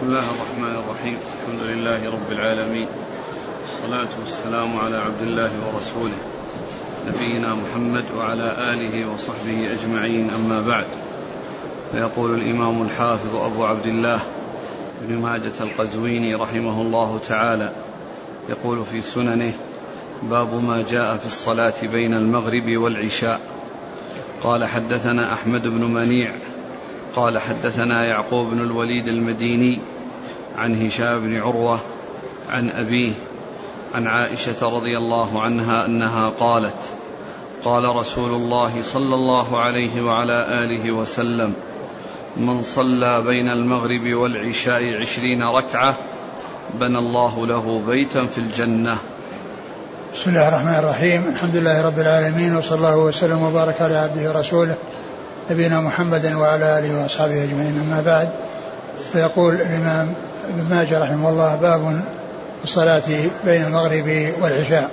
بسم الله الرحمن الرحيم. الحمد لله رب العالمين، والصلاة والسلام على عبد الله ورسوله نبينا محمد وعلى آله وصحبه أجمعين، أما بعد. فيقول الإمام الحافظ أبو عبد الله بن ماجة القزويني رحمه الله تعالى، يقول في سننه: باب ما جاء في الصلاة بين المغرب والعشاء. قال: حدثنا أحمد بن منيع قال: حدثنا يعقوب بن الوليد المديني عن هشام بن عروة عن أبيه عن عائشة رضي الله عنها أنها قالت: قال رسول الله صلى الله عليه وعلى آله وسلم: من صلى بين المغرب والعشاء 20 ركعة بنى الله له بيتا في الجنة. بسم الله الرحمن الرحيم. الحمد لله رب العالمين، وصلى الله وسلم وبارك على عبده ورسوله نبينا محمد وعلى آله وأصحابه أجمعين، أما بعد. فيقول الإمام ابن ماجه رحمه الله: باب الصلاة بين المغرب والعشاء.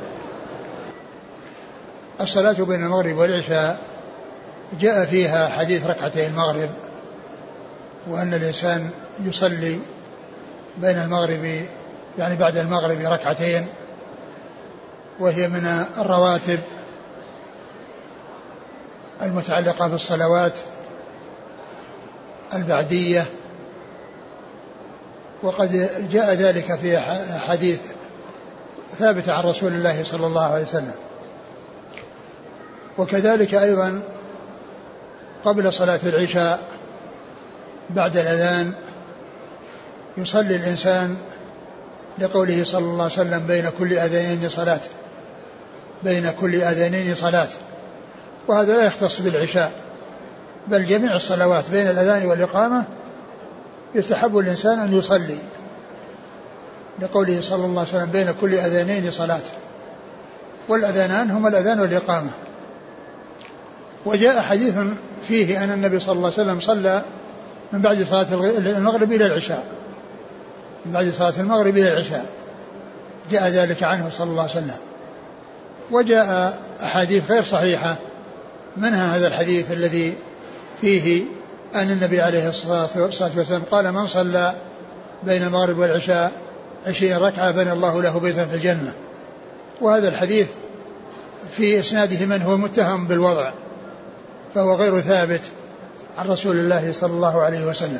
الصلاة بين المغرب والعشاء جاء فيها حديث ركعتي المغرب، وأن الإنسان يصلي بين المغرب يعني بعد المغرب ركعتين، وهي من الرواتب المتعلقة بالصلوات البعدية. وقد جاء ذلك في حديث ثابت عن رسول الله صلى الله عليه وسلم. وكذلك أيضا قبل صلاة العشاء بعد الأذان يصلي الإنسان لقوله صلى الله عليه وسلم: بين كل أذانين صلاة، بين كل أذانين صلاة. وهذا لا يختص بالعشاء، بل جميع الصلوات بين الأذان والإقامة يستحب الإنسان أن يصلي، لقوله صلى الله عليه وسلم: بين كل أذانين صلاة، والأذانان هما الأذان والإقامة. وجاء حديث فيه أن النبي صلى الله عليه وسلم صلى من بعد صلاة المغرب إلى العشاء، من بعد صلاة المغرب إلى العشاء، جاء ذلك عنه صلى الله عليه وسلم. وجاء أحاديث غير صحيحة، منها هذا الحديث الذي فيه أن النبي عليه الصلاة والسلام قال: من صلى بين المغرب والعشاء 20 ركعة بنى الله له بيتا في الجنة. وهذا الحديث في إسناده من هو متهم بالوضع، فهو غير ثابت عن رسول الله صلى الله عليه وسلم.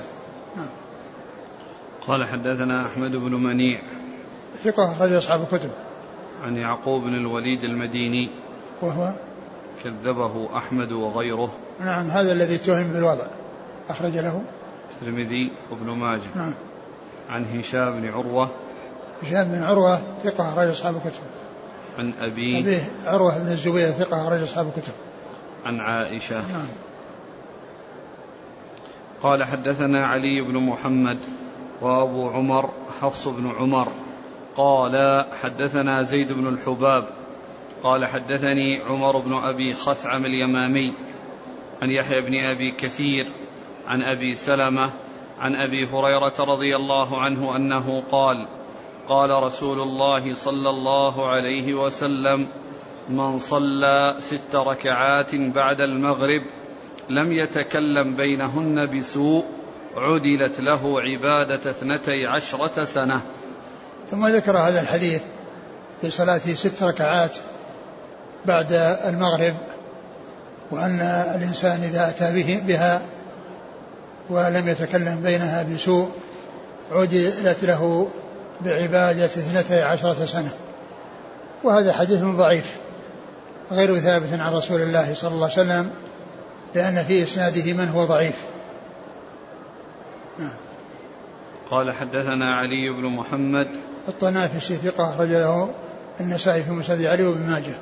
قال: حدثنا أحمد بن منيع ثقة أخرج أصحاب الكتب. عن يعقوب بن الوليد المديني وهو كذبه أحمد وغيره. نعم، هذا الذي اتهم بالوضع، أخرج له الترمذي وابن ماجه. نعم. عن هشام بن عروة. هشام بن عروة ثقة أخرج أصحاب الكتب. عن أبيه عروة بن الزبير ثقة أخرج أصحاب الكتب. عن عائشة. نعم. قال: حدثنا علي بن محمد وأبو عمر حفص بن عمر قال: حدثنا زيد بن الحباب قال: حدثني عمر بن أبي خثعم اليمامي عن يحيى بن أبي كثير عن أبي سلمة عن أبي هريرة رضي الله عنه أنه قال: قال رسول الله صلى الله عليه وسلم: من صلى 6 ركعات بعد المغرب لم يتكلم بينهن بسوء عدلت له عبادة 12 سنة. ثم ذكر هذا الحديث في صلاة 6 ركعات بعد المغرب، وأن الإنسان إذا أتى بها ولم يتكلم بينها بسوء عدلت له بعبادة 12 سنة. وهذا حديث ضعيف غير ثابت عن رسول الله صلى الله عليه وسلم، لأن في إسناده من هو ضعيف. قال: حدثنا علي بن محمد الطنافسي ثقة أخرج له النسائي في مسند علي وابن ماجه.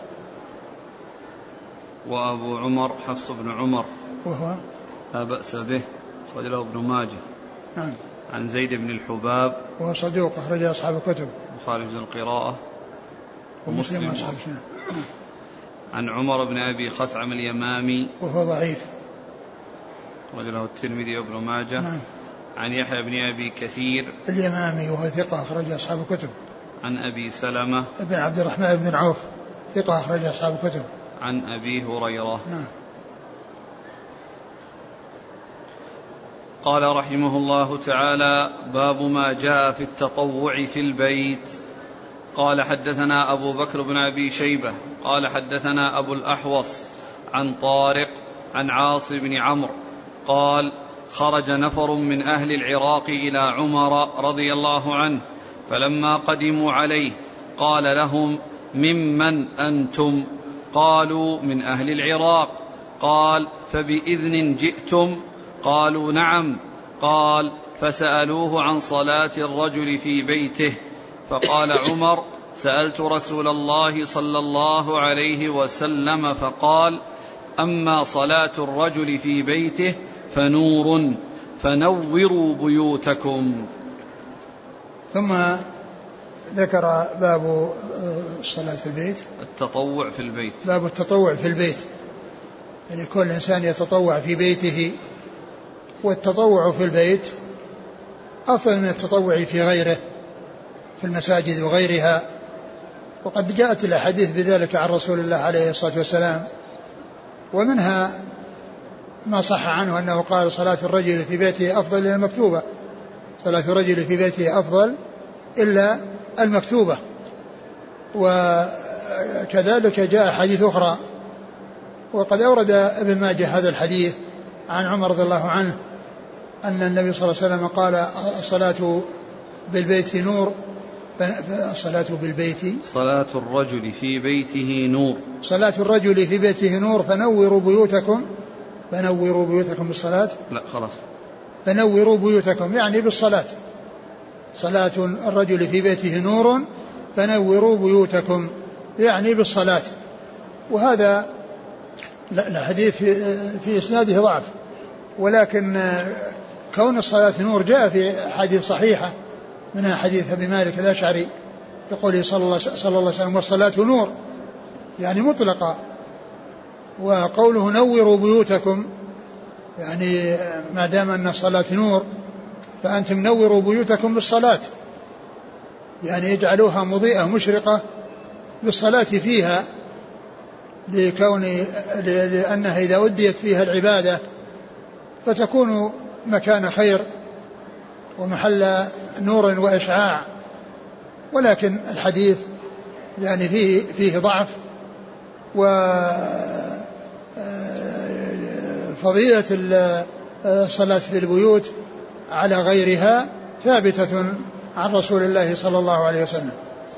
وأبو عمر حفص بن عمر وهو لا بأس به أخرج له ابن ماجه. نعم. عن زيد بن الحباب وهو صدوق أخرج أصحاب الكتب، وخارج القراءة ومسلم وأصحاب السنة. عن عمر بن أبي خثعم اليمامي وهو ضعيف أخرج له الترمذي وابن ماجه. نعم. عن يحيى بن أبي كثير اليمامي وهو ثقة أخرج أصحاب الكتب. عن أبي سلمة بن عبد الرحمن بن عوف ثقة أخرج أصحاب الكتب. عن أبي هريرة. نعم. قال رحمه الله تعالى: باب ما جاء في التطوع في البيت. قال: حدثنا أبو بكر بن أبي شيبة قال حدثنا أبو الأحوص عن طارق عن عاص بن عمرو قال: خرج نفر من أهل العراق إلى عمر رضي الله عنه، فلما قدموا عليه قال لهم: ممن أنتم؟ قالوا: من أهل العراق. قال: فبإذن جئتم؟ قالوا: نعم. قال: فسألوه عن صلاة الرجل في بيته، فقال عمر: سألت رسول الله صلى الله عليه وسلم فقال: أما صلاة الرجل في بيته فنور، فنوروا بيوتكم. ثم ذكر باب الصلاة في البيت، التطوع في البيت، باب التطوع في البيت، يعني كل إنسان يتطوع في بيته، والتطوع في البيت أفضل من التطوع في غيره في المساجد وغيرها، وقد جاءت الأحاديث بذلك عن رسول الله عليه الصلاة والسلام، ومنها ما صح عنه أنه قال: صلاة الرجل في بيته أفضل إلا المكتوبة، صلاة الرجل في بيته أفضل إلا المكتوبة. وكذلك جاء حديث أخرى، وقد أورد ابن ماجه هذا الحديث عن عمر رضي الله عنه أن النبي صلى الله عليه وسلم قال: الصلاة بالبيت نور، الصلاة بالبيت، صلاة الرجل في بيته نور، صلاة الرجل في بيته نور، فنوروا بيوتكم، فنوروا بيوتكم بالصلاة، لا خلاص، فنوروا بيوتكم يعني بالصلاة، صلاة الرجل في بيته نور فنوروا بيوتكم يعني بالصلاة. وهذا الحديث في إسناده ضعف، ولكن كون الصلاة نور جاء في حديث صحيحة، منها حديث أبي مالك الأشعري يقول صلى الله عليه وسلم: والصلاة نور، يعني مطلقة. وقوله نوروا بيوتكم يعني ما دام أن الصلاة نور فأنتم نوروا بيوتكم بالصلاة، يعني يجعلوها مضيئة مشرقة بالصلاة فيها، لأنها إذا أديت فيها العبادة فتكون مكان خير ومحل نور وإشعاع. ولكن الحديث يعني فيه ضعف، وفضيلة الصلاة في البيوت على غيرها ثابتة عن رسول الله صلى الله عليه وسلم.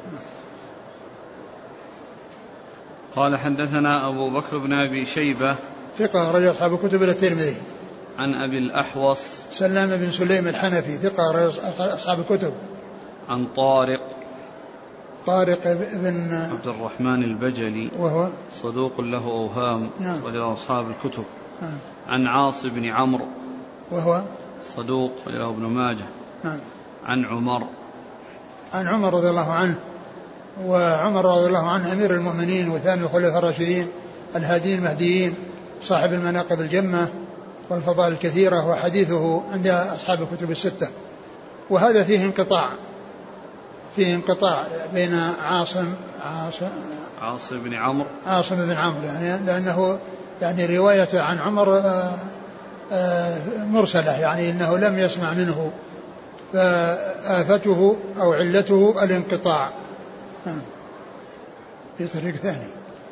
قال: حدثنا أبو بكر بن أبي شيبة ثقة رجل أصحاب الكتب إلى الترمذي. عن أبي الأحوص سلام بن سليم الحنفي ثقة رجل أصحاب الكتب. عن طارق بن عبد الرحمن البجلي وهو صدوق له أوهام، نعم، وله أصحاب الكتب. نعم. عن عاص بن عمرو وهو صدوق له ابن ماجه. نعم. عن عمر رضي الله عنه، وعمر رضي الله عنه أمير المؤمنين وثاني الخلفاء الراشدين الهادين المهديين، صاحب المناقب الجمة والفضائل الكثيرة، وحديثه عند أصحاب الكتب الستة. وهذا فيه انقطاع بين عاصم بن عمرو يعني لأنه يعني رواية عن عمر مرسلة، يعني إنه لم يسمع منه، فآفته أو علته الانقطاع. في طريق ثاني.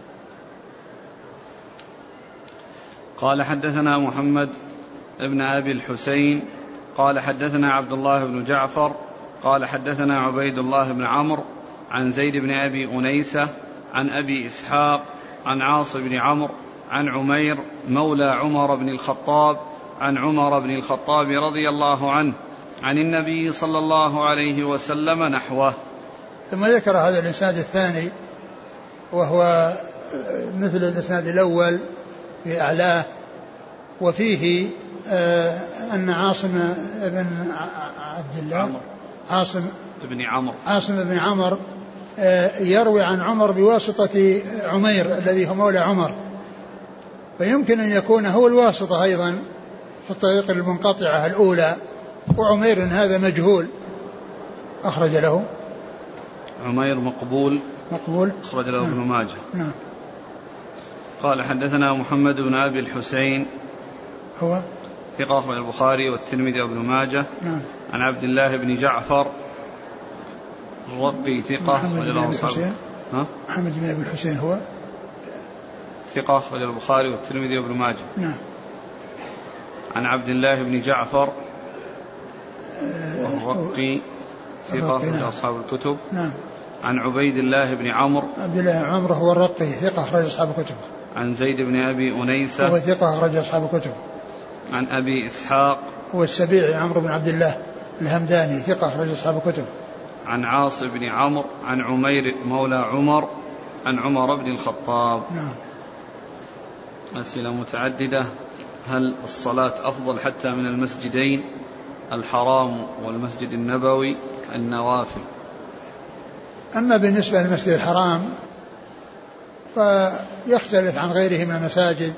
قال: حدثنا محمد ابن أبي الحسين قال حدثنا عبد الله بن جعفر قال حدثنا عبيد الله بن عمرو عن زيد بن أبي أنيسة عن أبي إسحاق عن عاص بن عمرو عن عمير مولى عمر بن الخطاب عن عمر بن الخطاب رضي الله عنه عن النبي صلى الله عليه وسلم نحوه. ثم ذكر هذا الإسناد الثاني وهو مثل الإسناد الأول في أعلاه، وفيه أن عاصم بن عبد الله عاصم بن عمرو يروي عن عمر بواسطة عمير الذي هو مولى عمر، فيمكن أن يكون هو الواسطة أيضا في الطريق المنقطعة الأولى، وعمير هذا مجهول أخرج له عمير مقبول أخرج له ابن ماجه. نعم. قال: حدثنا محمد بن أبي الحسين هو ثقة أخرج البخاري والترمذي وابن ماجه. نعم. عن عبد الله بن جعفر الرقي ثقة محمد بن أبي الحسين. محمد بن أبي الحسين هو ثقة أخرج البخاري والترمذي وابن ماجه. نعم. عن عبد الله بن جعفر الرقي ثقة أخرج أصحاب الكتب. نعم. عن عبيد الله بن عمرو. عبد الله بن عمرو هو الرقي ثقة أخرج أصحاب الكتب. عن زيد بن أبي أنيسة هو ثقة أخرج أصحاب الكتب. عن أبي إسحاق هو السبيعي عمرو بن عبد الله الهمداني ثقة أخرج أصحاب الكتب. عن عاص بن عمرو عن عمير مولى عمر عن عمر بن الخطاب. نعم. أسئلة متعددة. هل الصلاة أفضل حتى من المسجدين الحرام والمسجد النبوي النوافل؟ أما بالنسبة للمسجد الحرام فيختلف عن غيره من المساجد،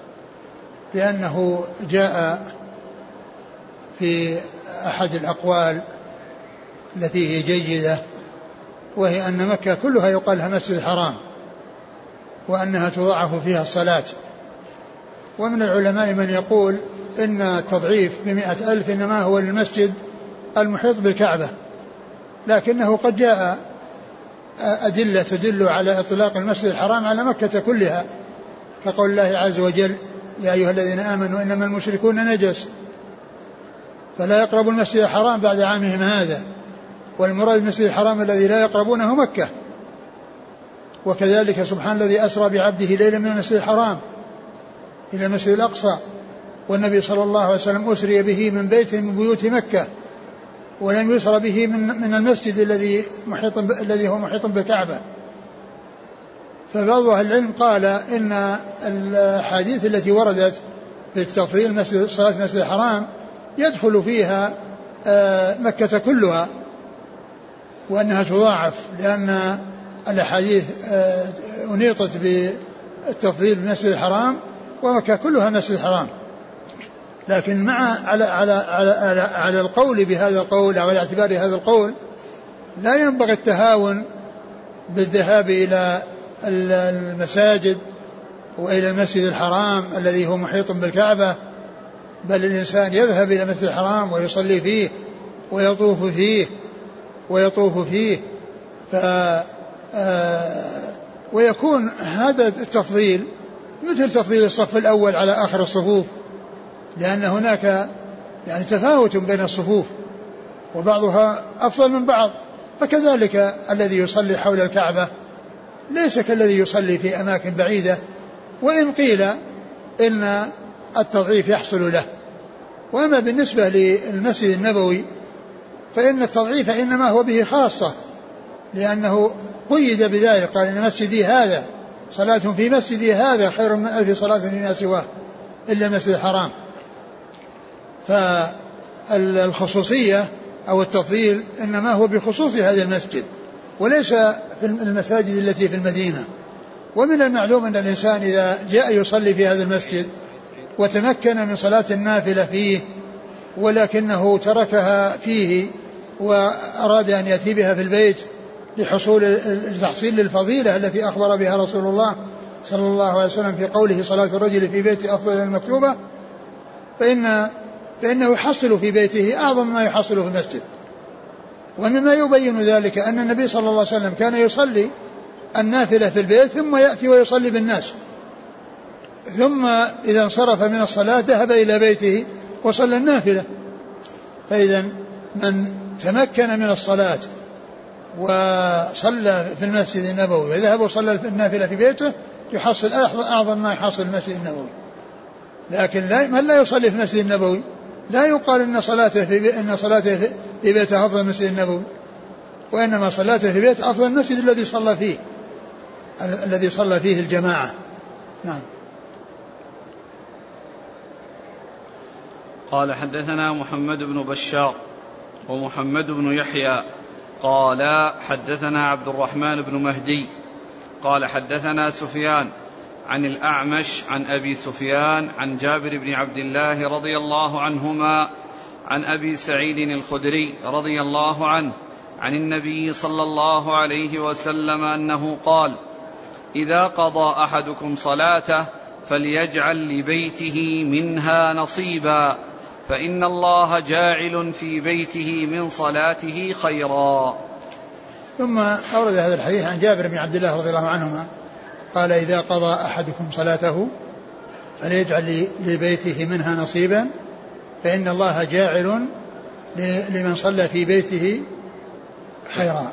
لأنه جاء في أحد الأقوال التي هي جيدة، وهي أن مكة كلها يقال لها مسجد الحرام وأنها تضاعف فيها الصلاة. ومن العلماء من يقول إن التضعيف ب100,000 إنما هو للمسجد المحيط بالكعبة، لكنه قد جاء أدلة تدل على إطلاق المسجد الحرام على مكة كلها، كقول الله عز وجل: يا أيها الذين آمنوا إنما المشركون نجس فلا يقربوا المسجد الحرام بعد عامهم هذا، والمراد المسجد الحرام الذي لا يقربونه مكة. وكذلك سبحان الذي أسرى بعبده ليلا من المسجد الحرام إلى المسجد الأقصى، والنبي صلى الله عليه وسلم أسري به من بيت من بيوت مكة، ولم يسر به من المسجد الذي هو محيط بالكعبة. فبعض أهل العلم قال إن الحديث التي وردت في التفضيل صلاة المسجد الحرام يدخل فيها مكة كلها، وأنها تضاعف، لأن الأحاديث أنيطت بالتفضيل بالمسجد الحرام ومكة كلها مسجد الحرام. لكن على القول بهذا القول أو على اعتبار هذا القول لا ينبغي التهاون بالذهاب إلى المساجد وإلى المسجد الحرام الذي هو محيط بالكعبة، بل الإنسان يذهب إلى المسجد الحرام ويصلي فيه ويطوف فيه ويكون هذا التفضيل مثل تفضيل الصف الأول على آخر الصفوف، لأن هناك يعني تفاوت بين الصفوف وبعضها أفضل من بعض. فكذلك الذي يصلي حول الكعبة ليس كالذي يصلي في أماكن بعيدة، وإن قيل إن التضعيف يحصل له. وأما بالنسبة للمسجد النبوي فإن التضعيف إنما هو به خاصة، لأنه قيد بذلك، قال إن مسجدي هذا صلاة في مسجدي هذا خير من 1000 صلاة فيما سواه إلا المسجد الحرام. فالخصوصية أو التفضيل إنما هو بخصوص هذا المسجد وليس في المساجد التي في المدينة. ومن المعلوم أن الإنسان إذا جاء يصلي في هذا المسجد وتمكن من صلاة النافلة فيه ولكنه تركها فيه وأراد أن يأتي بها في البيت لحصول التحصيل للفضيلة التي أخبر بها رسول الله صلى الله عليه وسلم في قوله: صلاة الرجل في بيته أفضل المكتوبة، فإنه يحصل في بيته أعظم ما يحصل في المسجد. ومما يبين ذلك أن النبي صلى الله عليه وسلم كان يصلي النافلة في البيت ثم يأتي ويصلي بالناس، ثم إذا انصرف من الصلاة ذهب إلى بيته وصلى النافلة. فإذا من تمكن من الصلاة وصلى في المسجد النبوي وذهب وصلى النافلة في بيته يحصل أعظم ما يحصل المسجد النبوي. لكن من لا يصلي في المسجد النبوي لا يقال إن صلاته في بيته أفضل المسجد النبوي، وإنما صلاته في بيته أفضل المسجد الذي صلى فيه الجماعة. نعم. قال: حدثنا محمد بن بشار ومحمد بن يحيى قال حدثنا عبد الرحمن بن مهدي قال حدثنا سفيان عن الأعمش عن أبي سفيان عن جابر بن عبد الله رضي الله عنهما عن أبي سعيد الخدري رضي الله عنه عن النبي صلى الله عليه وسلم أنه قال: إذا قضى أحدكم صلاته فليجعل لبيته منها نصيبا، فإن الله جاعل في بيته من صلاته خيرا. ثم أورد هذا الحديث عن جابر بن عبد الله رضي الله عنهما قال إذا قضى أحدكم صلاته فليجعل لبيته منها نصيبا فإن الله جاعل لمن صلى في بيته خيرا.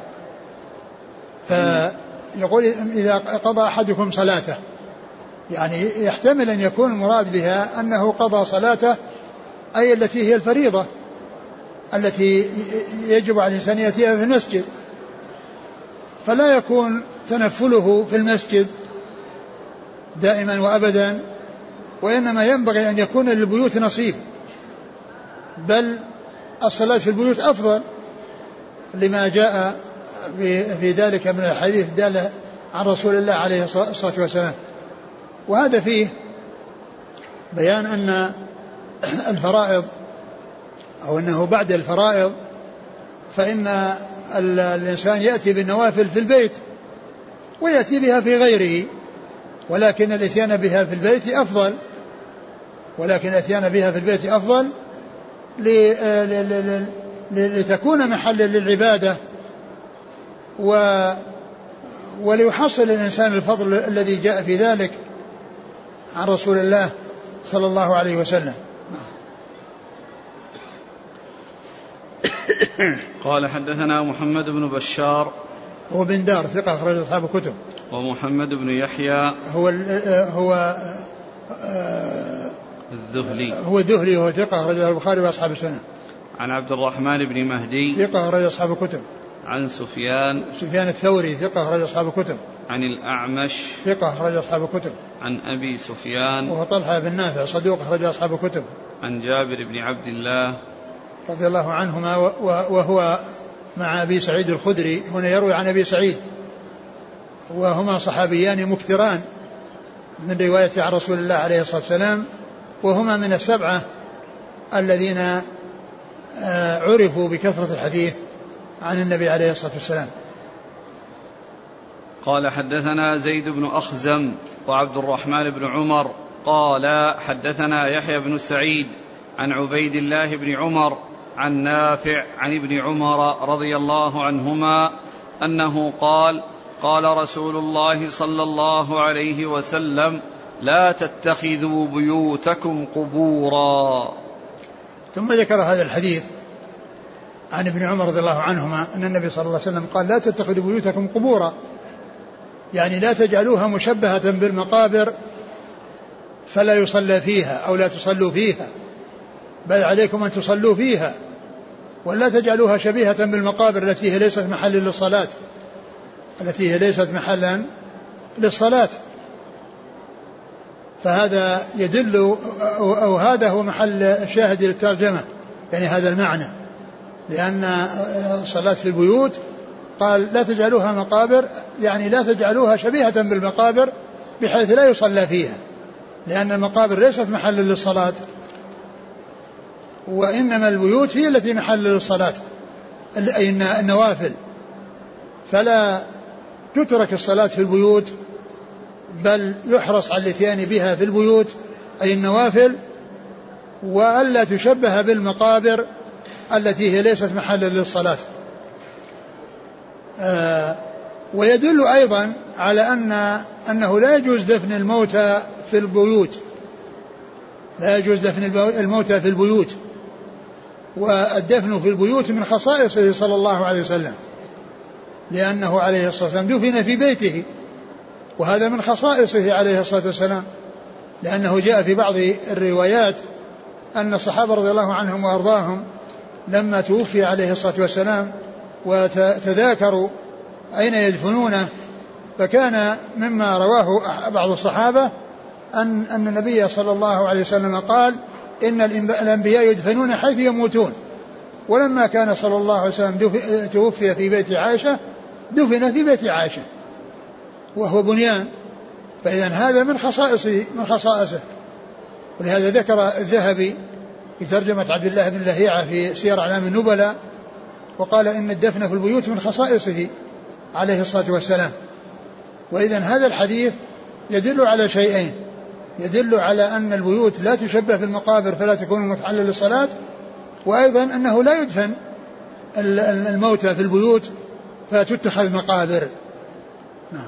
فيقول إذا قضى أحدكم صلاته يعني يحتمل أن يكون المراد بها أنه قضى صلاته أي التي هي الفريضة التي يجب على الإنسان يأتيها في المسجد، فلا يكون تنفله في المسجد دائما وأبدا، وإنما ينبغي أن يكون للبيوت نصيب، بل الصلاة في البيوت أفضل لما جاء في ذلك من الحديث الدالة عن رسول الله عليه الصلاة والسلام. وهذا فيه بيان أن الفرائض أو أنه بعد الفرائض فإن الإنسان يأتي بالنوافل في البيت ويأتي بها في غيره، ولكن الاتيان بها في البيت أفضل، لتكون محلا للعبادة وليحصل الإنسان الفضل الذي جاء في ذلك عن رسول الله صلى الله عليه وسلم. قال حدثنا محمد بن بشار هو بن دار ثقة أخرج أصحاب الكتب. ومحمد بن يحيى هو الذهلي وهو ثقة أخرج البخاري وأصحاب السنة. عن عبد الرحمن بن مهدي ثقة أخرج أصحاب الكتب. عن سفيان الثوري ثقة أخرج أصحاب الكتب. عن الأعمش ثقة أخرج أصحاب الكتب. عن أبي سفيان وهو طلحة بن نافع صدوق أخرج أصحاب الكتب. عن جابر بن عبد الله رضي الله عنهما وهو مع أبي سعيد الخدري، هنا يروي عن أبي سعيد، وهما صحابيان مكثران من رواية عن رسول الله عليه الصلاة والسلام، وهما من السبعة الذين عرفوا بكثرة الحديث عن النبي عليه الصلاة والسلام. قال حدثنا زيد بن أخزم وعبد الرحمن بن عمر قال حدثنا يحيى بن سعيد عن عبيد الله بن عمر عن نافع عن ابن عمر رضي الله عنهما أنه قال قال رسول الله صلى الله عليه وسلم لا تتخذوا بيوتكم قبورا. ثم ذكر هذا الحديث عن ابن عمر رضي الله عنهما أن النبي صلى الله عليه وسلم قال لا تتخذوا بيوتكم قبورا، يعني لا تجعلوها مشبهة بالمقابر فلا يصلى فيها أو لا تصلوا فيها، بل عليكم أن تصلوا فيها، ولا تجعلوها شبيهة بالمقابر التي هي ليست محل للصلاة، فهذا يدل أو هذا هو محل الشاهد للترجمة، يعني هذا المعنى، لأن الصلاة في البيوت قال لا تجعلوها مقابر، يعني لا تجعلوها شبيهة بالمقابر بحيث لا يصلى فيها، لأن المقابر ليست محل للصلاة، وإنما البيوت هي التي محل للصلاة أي النوافل، فلا تترك الصلاة في البيوت بل يحرص على الاتيان بها في البيوت أي النوافل، وألا تشبه بالمقابر التي هي ليست محل للصلاة. ويدل أيضا على أنه لا يجوز دفن الموتى في البيوت، لا يجوز دفن الموتى في البيوت، والدفن في البيوت من خصائصه صلى الله عليه وسلم، لأنه عليه الصلاة والسلام دفن في بيته، وهذا من خصائصه عليه الصلاة والسلام، لأنه جاء في بعض الروايات أن الصحابة رضي الله عنهم وأرضاهم لما توفي عليه الصلاة والسلام وتذاكروا أين يدفنونه، فكان مما رواه بعض الصحابة أن النبي صلى الله عليه وسلم قال إن الأنبياء يدفنون حيث يموتون، ولما كان صلى الله عليه وسلم توفي في بيت عائشة دفن في بيت عائشة وهو بنيان، فإذا هذا من خصائصه. ولهذا ذكر الذهبي في ترجمة عبد الله بن لهيعة في سير أعلام النبلاء وقال إن الدفن في البيوت من خصائصه عليه الصلاة والسلام. وإذا هذا الحديث يدل على شيئين: يدل على أن البيوت لا تشبه في المقابر فلا تكون محلا للصلاة، وأيضا أنه لا يدفن الموتى في البيوت فتتخذ مقابر. نعم.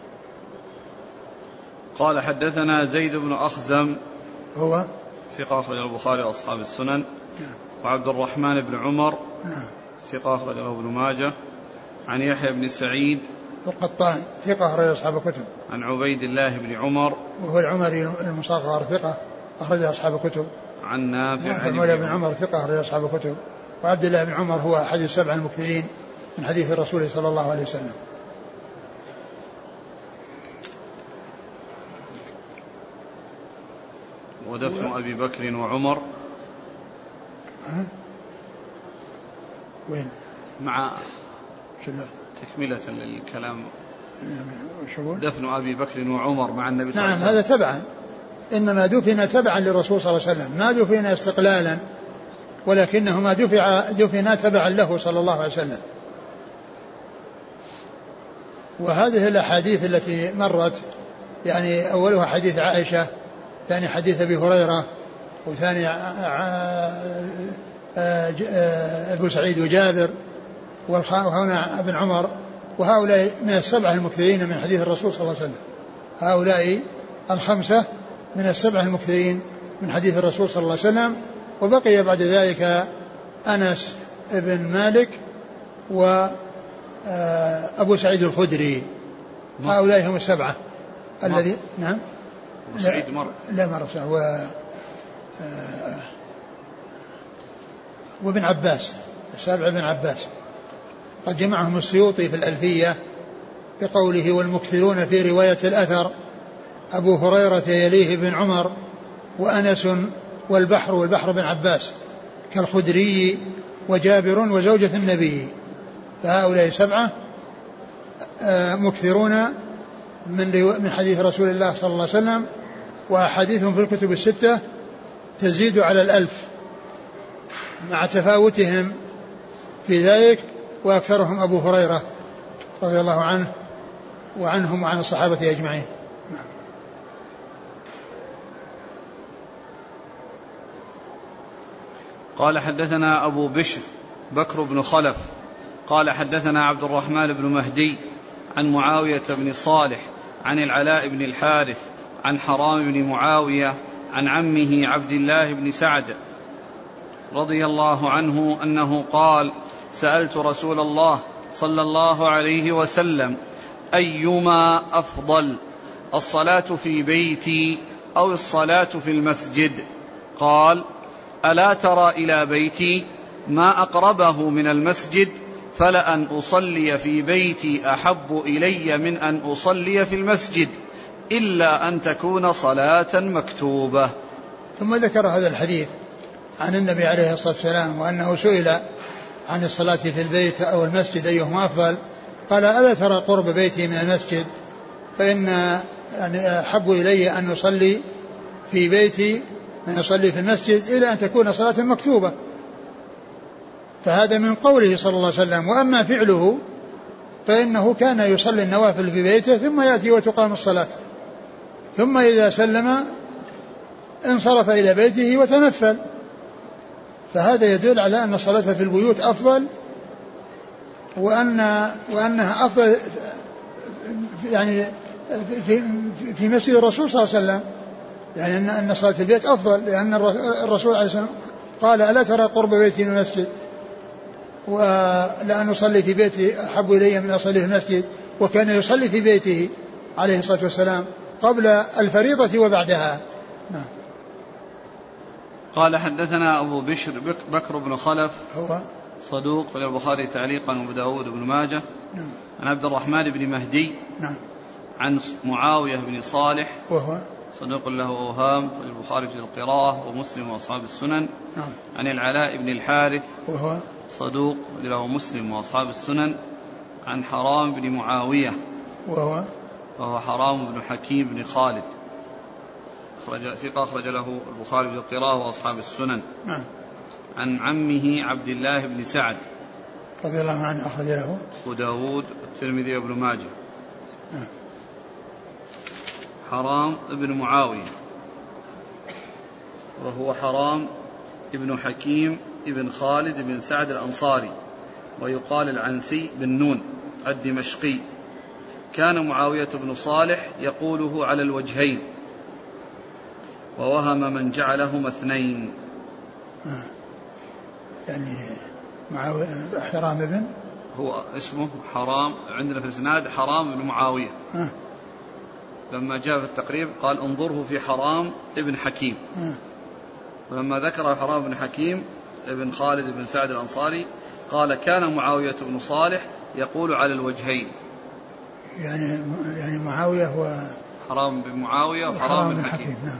قال حدثنا زيد بن أخزم هو ثقة أخرجه البخاري وأصحاب السنن. نعم. وعبد الرحمن بن عمر نعم. ثقة أخرجه ابن ماجه. عن يحيى بن سعيد القطان ثقة أخرج أصحاب الكتب. عن عبيد الله بن عمر وهو العمري المصغر ثقة أخرج أصحاب الكتب. عن نافع عن بن عمر ثقة أخرج أصحاب الكتب. وعبد الله بن عمر هو أحد السبع المكثرين من حديث الرسول صلى الله عليه وسلم. ودفن أبي بكر وعمر وين مع تكملة للكلام. دفن أبي بكر وعمر مع النبي صلى الله عليه وسلم. نعم هذا تبعا، إنما دفن تبعا للرسول صلى الله عليه وسلم، ما دفن استقلالا، ولكنهما دفنا تبعا له صلى الله عليه وسلم. وهذه الأحاديث التي مرت يعني أولها حديث عائشة، ثاني حديث أبي هريرة، وثاني أبو سعيد وجابر، وهنا ابن عمر، وهؤلاء من السبعة المكثرين من حديث الرسول صلى الله عليه وسلم. هؤلاء الخمسة من السبعة المكثرين من حديث الرسول صلى الله عليه وسلم. وبقي بعد ذلك أنس بن مالك وأبو سعيد الخدري. هؤلاء هم السبعة الذي نعم سعيد مر لا مر وابن عباس، السابع بن عباس قد جمعهم السيوطي في الألفية بقوله والمكثرون في رواية الأثر أبو هريرة يليه بن عمر وأنس والبحر بن عباس كالخدري وجابر وزوجة النبي. فهؤلاء سبعة مكثرون من حديث رسول الله صلى الله عليه وسلم، وأحاديثهم في الكتب الستة تزيد على 1000 مع تفاوتهم في ذلك، وأكثرهم أبو هريرة رضي الله عنه وعنهم وعن الصحابة أجمعين. قال حدثنا أبو بشر بكر بن خلف قال حدثنا عبد الرحمن بن مهدي عن معاوية بن صالح عن العلاء بن الحارث عن حرام بن معاوية عن عمه عبد الله بن سعد رضي الله عنه أنه قال سألت رسول الله صلى الله عليه وسلم أيما أفضل الصلاة في بيتي أو الصلاة في المسجد؟ قال ألا ترى إلى بيتي ما أقربه من المسجد فلأن أصلي في بيتي أحب إلي من أن أصلي في المسجد إلا أن تكون صلاة مكتوبة. ثم ذكر هذا الحديث عن النبي عليه الصلاة والسلام وأنه سئل عن الصلاة في البيت أو المسجد أيهما أفضل، قال ألا ترى قرب بيتي من المسجد فإن أحب إلي أن أصلي في بيتي من أصلي في المسجد إلى أن تكون صلاة مكتوبة. فهذا من قوله صلى الله عليه وسلم. وأما فعله فإنه كان يصلي النوافل في بيته ثم يأتي وتقام الصلاة، ثم إذا سلم انصرف إلى بيته وتنفل. فهذا يدل على أن الصلاة في البيوت أفضل، وأنها أفضل يعني في مسجد الرسول صلى الله عليه وسلم، يعني أن صلاة البيت أفضل، لأن الرسول عليه الصلاة والسلام قال ألا ترى قرب بيتي من المسجد، ولأن أصلي في بيتي أحب إلي من أصلي في المسجد. وكان يصلي في بيته عليه الصلاة والسلام قبل الفريضة وبعدها. نعم. قال حدثنا أبو بشر بكر بن خلف هو صدوق البخاري تعليقا وابو داود بن ماجه. نعم. عن عبد الرحمن بن مهدي. نعم. عن معاوية بن صالح وهو صدوق له أوهام البخاري في القراءة ومسلم وأصحاب السنن. نعم. عن العلاء بن الحارث وهو صدوق له مسلم وأصحاب السنن. عن حرام بن معاوية وهو حرام بن حكيم بن خالد ثقة أخرج له البخاري في القراءة وأصحاب السنن. نعم. عن عمه عبد الله بن سعد رضي الله عنه أخرج له أبو داود والترمذي وابن ماجه. نعم. حرام بن معاوية وهو حرام ابن حكيم ابن خالد بن سعد الأنصاري، ويقال العنسي بالنون الدمشقي. كان معاوية بن صالح يقوله على الوجهين، ووهم من جعلهما اثنين. يعني معاوية حرام ابن، هو اسمه حرام عندنا في الإسناد حرام بن معاوية. لما جاء في التقريب قال انظره في حرام ابن حكيم. ولما ذكر حرام بن حكيم ابن خالد بن سعد الأنصاري قال كان معاوية بن صالح يقول على الوجهين، يعني معاوية هو حرام بن معاوية وحرام بن حكيم. نعم.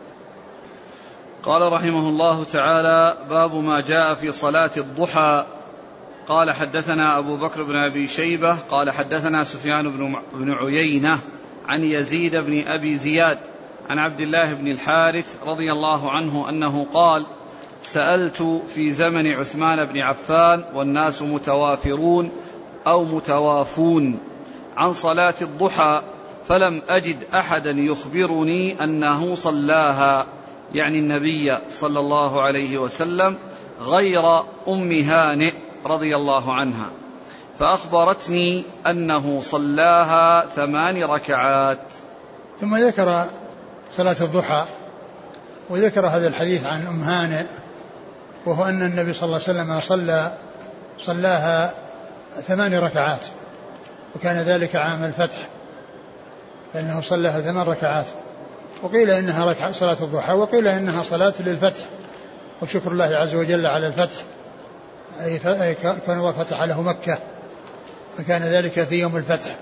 قال رحمه الله تعالى: باب ما جاء في صلاة الضحى. قال حدثنا أبو بكر بن أبي شيبة قال حدثنا سفيان بن عيينة عن يزيد بن أبي زياد عن عبد الله بن الحارث رضي الله عنه أنه قال: سألت في زمن عثمان بن عفان والناس متوافرون أو متوافون عن صلاة الضحى فلم أجد أحدا يخبرني أنه صلاها، يعني النبي صلى الله عليه وسلم، غير أم هانئ رضي الله عنها، فأخبرتني أنه صلاها 8 ركعات. ثم ذكر صلاة الضحى وذكر هذا الحديث عن أم هانئ، وهو أن النبي صلى الله عليه وسلم صلاها 8 ركعات، وكان ذلك عام الفتح، فإنه صلاها 8 ركعات، وقيل إنها صلاة الضحى، وقيل إنها صلاة للفتح وشكر الله عز وجل على الفتح، أي كان الله فتح له مكة، فكان ذلك في يوم الفتح.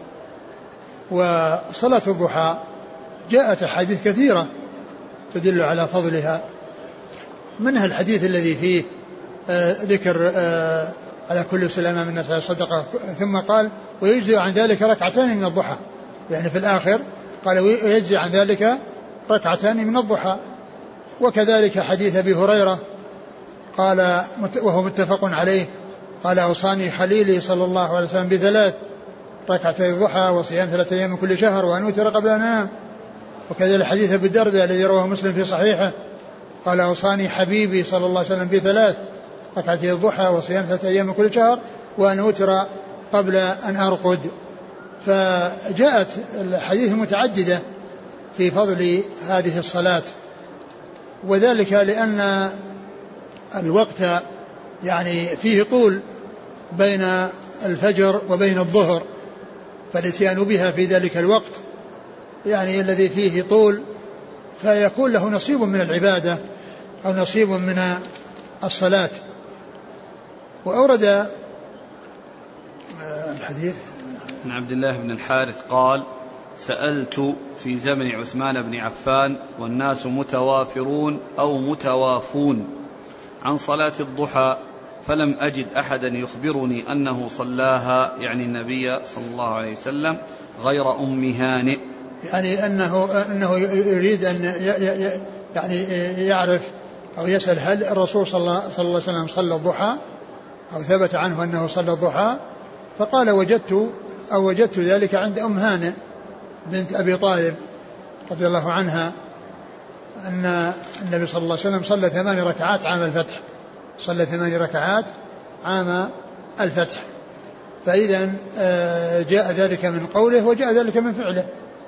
وصلاة الضحى جاءت أحاديث كثيرة تدل على فضلها، منها الحديث الذي فيه ذكر على كل سلامة من الناس صدقة، ثم قال ويجزي عن ذلك 2 ركعتين من الضحى، يعني في الآخر قال ويجزي عن ذلك 2 ركعتين من الضحى. وكذلك حديث أبي هريرة قال وهو متفق عليه قال أوصاني خليلي صلى الله عليه وسلم ب3 ركعتي الضحى وصيام 3 أيام من كل شهر وأن أوتر قبل أن أنام. وكذلك حديث أبي الدرداء الذي رواه مسلم في صحيحه قال أوصاني حبيبي صلى الله عليه وسلم ب3 ركعتي الضحى وصيام 3 أيام من كل شهر وأن أوتر قبل أن أرقد. فجاءت الحديث متعددة في فضل هذه الصلاة، وذلك لأن الوقت يعني فيه طول بين الفجر وبين الظهر، فالاتيان بها في ذلك الوقت يعني الذي فيه طول فيكون له نصيب من العبادة أو نصيب من الصلاة. وأورد الحديث عن عبد الله بن الحارث قال: سألت في زمن عثمان بن عفان والناس متوافرون أو متوافون عن صلاة الضحى فلم أجد أحدا يخبرني أنه صلاها، يعني النبي صلى الله عليه وسلم، غير أم هانئ. يعني أنه يريد أن يعني يعرف أو يسأل هل الرسول صلى الله عليه وسلم صلى الضحى أو ثبت عنه أنه صلى الضحى، فقال وجدت ذلك عند أم هانئ بنت أبي طالب رضي الله عنها، أن النبي صلى الله عليه وسلم صلى 8 ركعات عام الفتح، صلى 8 ركعات عام الفتح. فإذا جاء ذلك من قوله وجاء ذلك من فعله.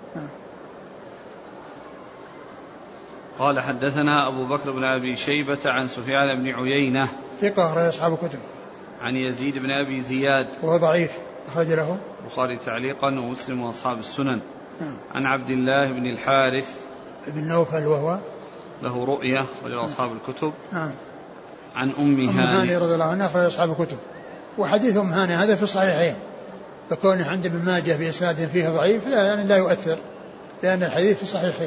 قال حدثنا أبو بكر بن أبي شيبة عن سفيان بن عيينة ثقة أخرج أصحاب الكتب، عن يزيد بن أبي زياد وهو ضعيف أخرج له البخاري تعليقا ومسلم وأصحاب السنن. عن عبد الله بن الحارث بن نوفل وهو له رؤية أخرج أصحاب الكتب. عن أم هانئ رضي الله عنها أخرج أصحاب الكتب. وحديث أم هانئ هذا في الصحيحين، فكونه عند ابن ماجه بإسناد فيه ضعيف لا يؤثر، لأن الحديث في الصحيحين.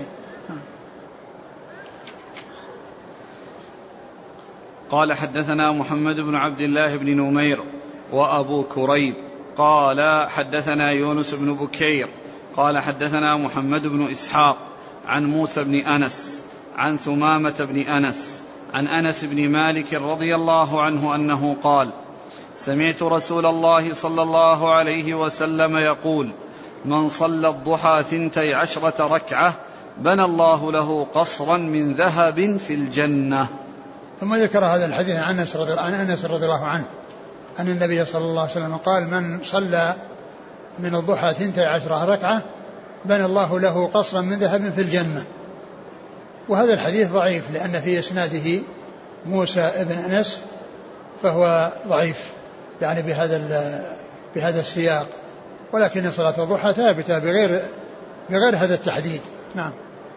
قال حدثنا محمد بن عبد الله بن نمير وأبو كريب قال حدثنا يونس بن بكير قال حدثنا محمد بن إسحاق عن موسى بن أنس عن ثمامة بن أنس عن أنس بن مالك رضي الله عنه أنه قال: سمعت رسول الله صلى الله عليه وسلم يقول: من صلى الضحى 12 ركعة بنى الله له قصرا من ذهب في الجنة. ثم ذكر هذا الحديث عن أنس رضي الله عنه أن النبي صلى الله عليه وسلم قال: من صلى من الضحى 12 ركعة بنى الله له قصرا من ذهب في الجنة. وهذا الحديث ضعيف لأن في إسناده موسى ابن أنس فهو ضعيف يعني بهذا السياق، ولكن صلاة الضحى ثابتة بغير هذا التحديد. نعم.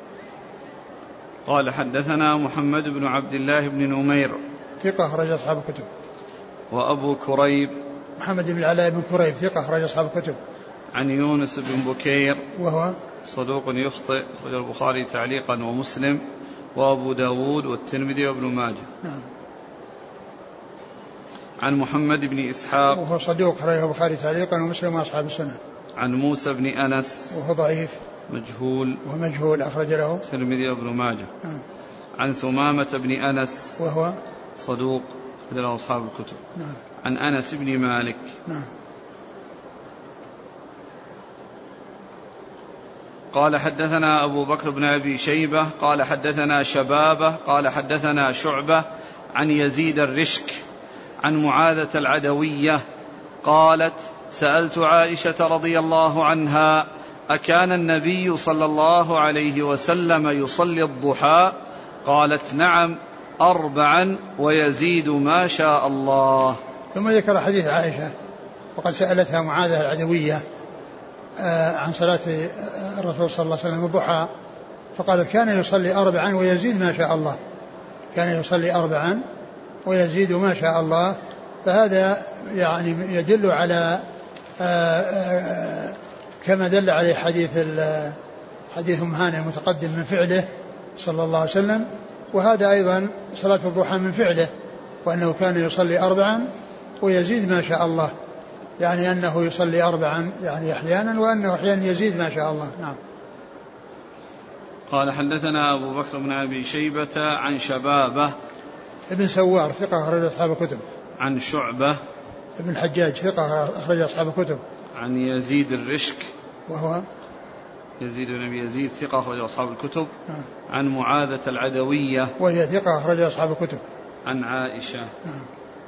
قال: حدثنا محمد بن عبد الله بن نمير ثقة أخرج أصحاب الكتب. وأبو كريب محمد بن العلاء بن كريب ثقة أخرج أصحاب الكتب. عن يونس بن بكير وهو صدوق يخطئ، أخرج البخاري تعليقا ومسلم وأبو داود والترمذي وابن ماجه. نعم. عن محمد بن إسحاق وهو صدوق أخرجه البخاري تعليقا ومسلم وأصحاب السنة. عن موسى بن أنس وهو ضعيف مجهول أخرج له الترمذي وابن ماجه. نعم. عن ثمامة بن أنس وهو صدوق أخرج له أصحاب الكتب. نعم. عن أنس بن مالك. نعم. قال: حدثنا أبو بكر بن أبي شيبة قال حدثنا شبابة قال حدثنا شعبة عن يزيد الرشك عن معاذة العدوية قالت: سألت عائشة رضي الله عنها: أكان النبي صلى الله عليه وسلم يصلي الضحى؟ قالت: نعم 4 ويزيد ما شاء الله. ثم ذكر حديث عائشة وقد سألتها معاذة العدوية عن صلاة الرسول صلى الله عليه وسلم الضحى، فقالت: كان يصلي 4 ويزيد ما شاء الله. كان يصلي 4 ويزيد ما شاء الله. فهذا يعني يدل على كما دل عليه حديث أم هانئ المتقدم من فعله صلى الله عليه وسلم، وهذا أيضا صلاة الضحى من فعله، وأنه كان يصلي 4 ويزيد ما شاء الله، يعني أنه يصلي 4 يعني أحيانا، وأنه أحيانا يزيد ما شاء الله. نعم. قال: حدثنا أبو بكر بن أبي شيبة عن شبابة ابن سوار ثقة أخرج أصحاب الكتب. عن شعبة ابن الحجاج ثقة أخرج أصحاب الكتب. عن يزيد الرشك وهو يزيد بن أبي يزيد ثقة أخرج أصحاب الكتب. نعم. عن معاذة العدوية وهي ثقة أخرج أصحاب الكتب. عن عائشة. نعم.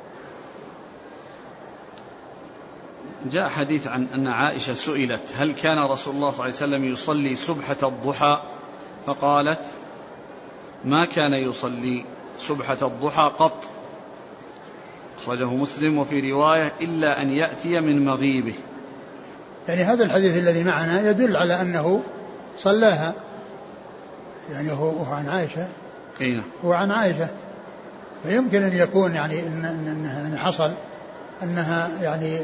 جاء حديث عن أن عائشة سئلت: هل كان رسول الله صلى الله عليه وسلم يصلي سبحة الضحى؟ فقالت: ما كان يصلي سبحة الضحى قط. أخرجه مسلم وفي رواية: إلا أن يأتي من مغيبه. يعني هذا الحديث الذي معنا يدل على أنه صلاها، يعني هو عن عائشة. أين؟ هو عن عائشة، فيمكن أن يكون يعني إن حصل أنها يعني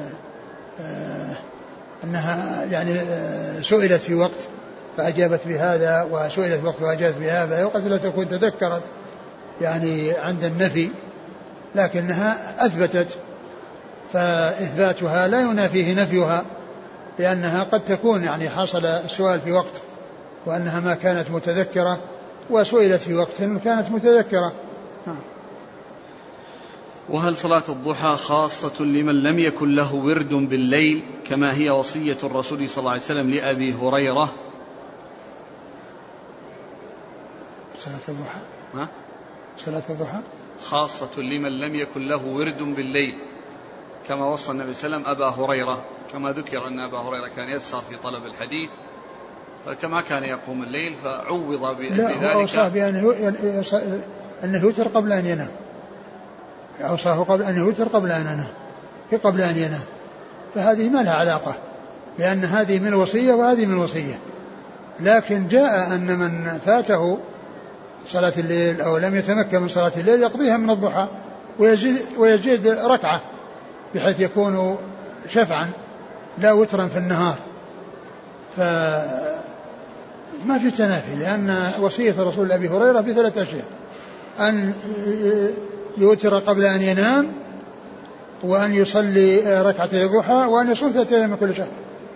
أنها يعني سئلت في وقت فأجابت بهذا، وسئلت في وقت فأجابت بهذا، وقد لا تكون تذكرت يعني عند النفي، لكنها أثبتت، فإثباتها لا ينافيه نفيها، لأنها قد تكون يعني حصل السؤال في وقت وأنها ما كانت متذكرة، وسئلت في وقت كانت متذكرة. وهل صلاة الضحى خاصة لمن لم يكن له ورد بالليل كما هي وصية الرسول صلى الله عليه وسلم لأبي هريرة؟ صلاة الضحى خاصة لمن لم يكن له ورد بالليل كما وصى النبي صلى الله عليه وسلم أبا هريرة، كما ذكر أن أبا هريرة كان يسهر في طلب الحديث فكما كان يقوم الليل فعوض بذلك. لا، هو أوصاه أنه يوتر قبل أن ينام، أوصاه قبل أن يوتر قبل أن ينام، فهذه ما لها علاقة، لأن هذه من الوصية وهذه من الوصية. لكن جاء أن من فاته صلاة الليل أو لم يتمكن من صلاة الليل يقضيها من الضحى ويزيد ركعة بحيث يكون شفعا لا وترا في النهار، فما في تنافي، لأن وصية الرسول أبي هريرة ب3 أشياء: أن يوتر قبل أن ينام، وأن يصلي ركعتي الضحى، وأن يصوم 3 أيام من كل شهر.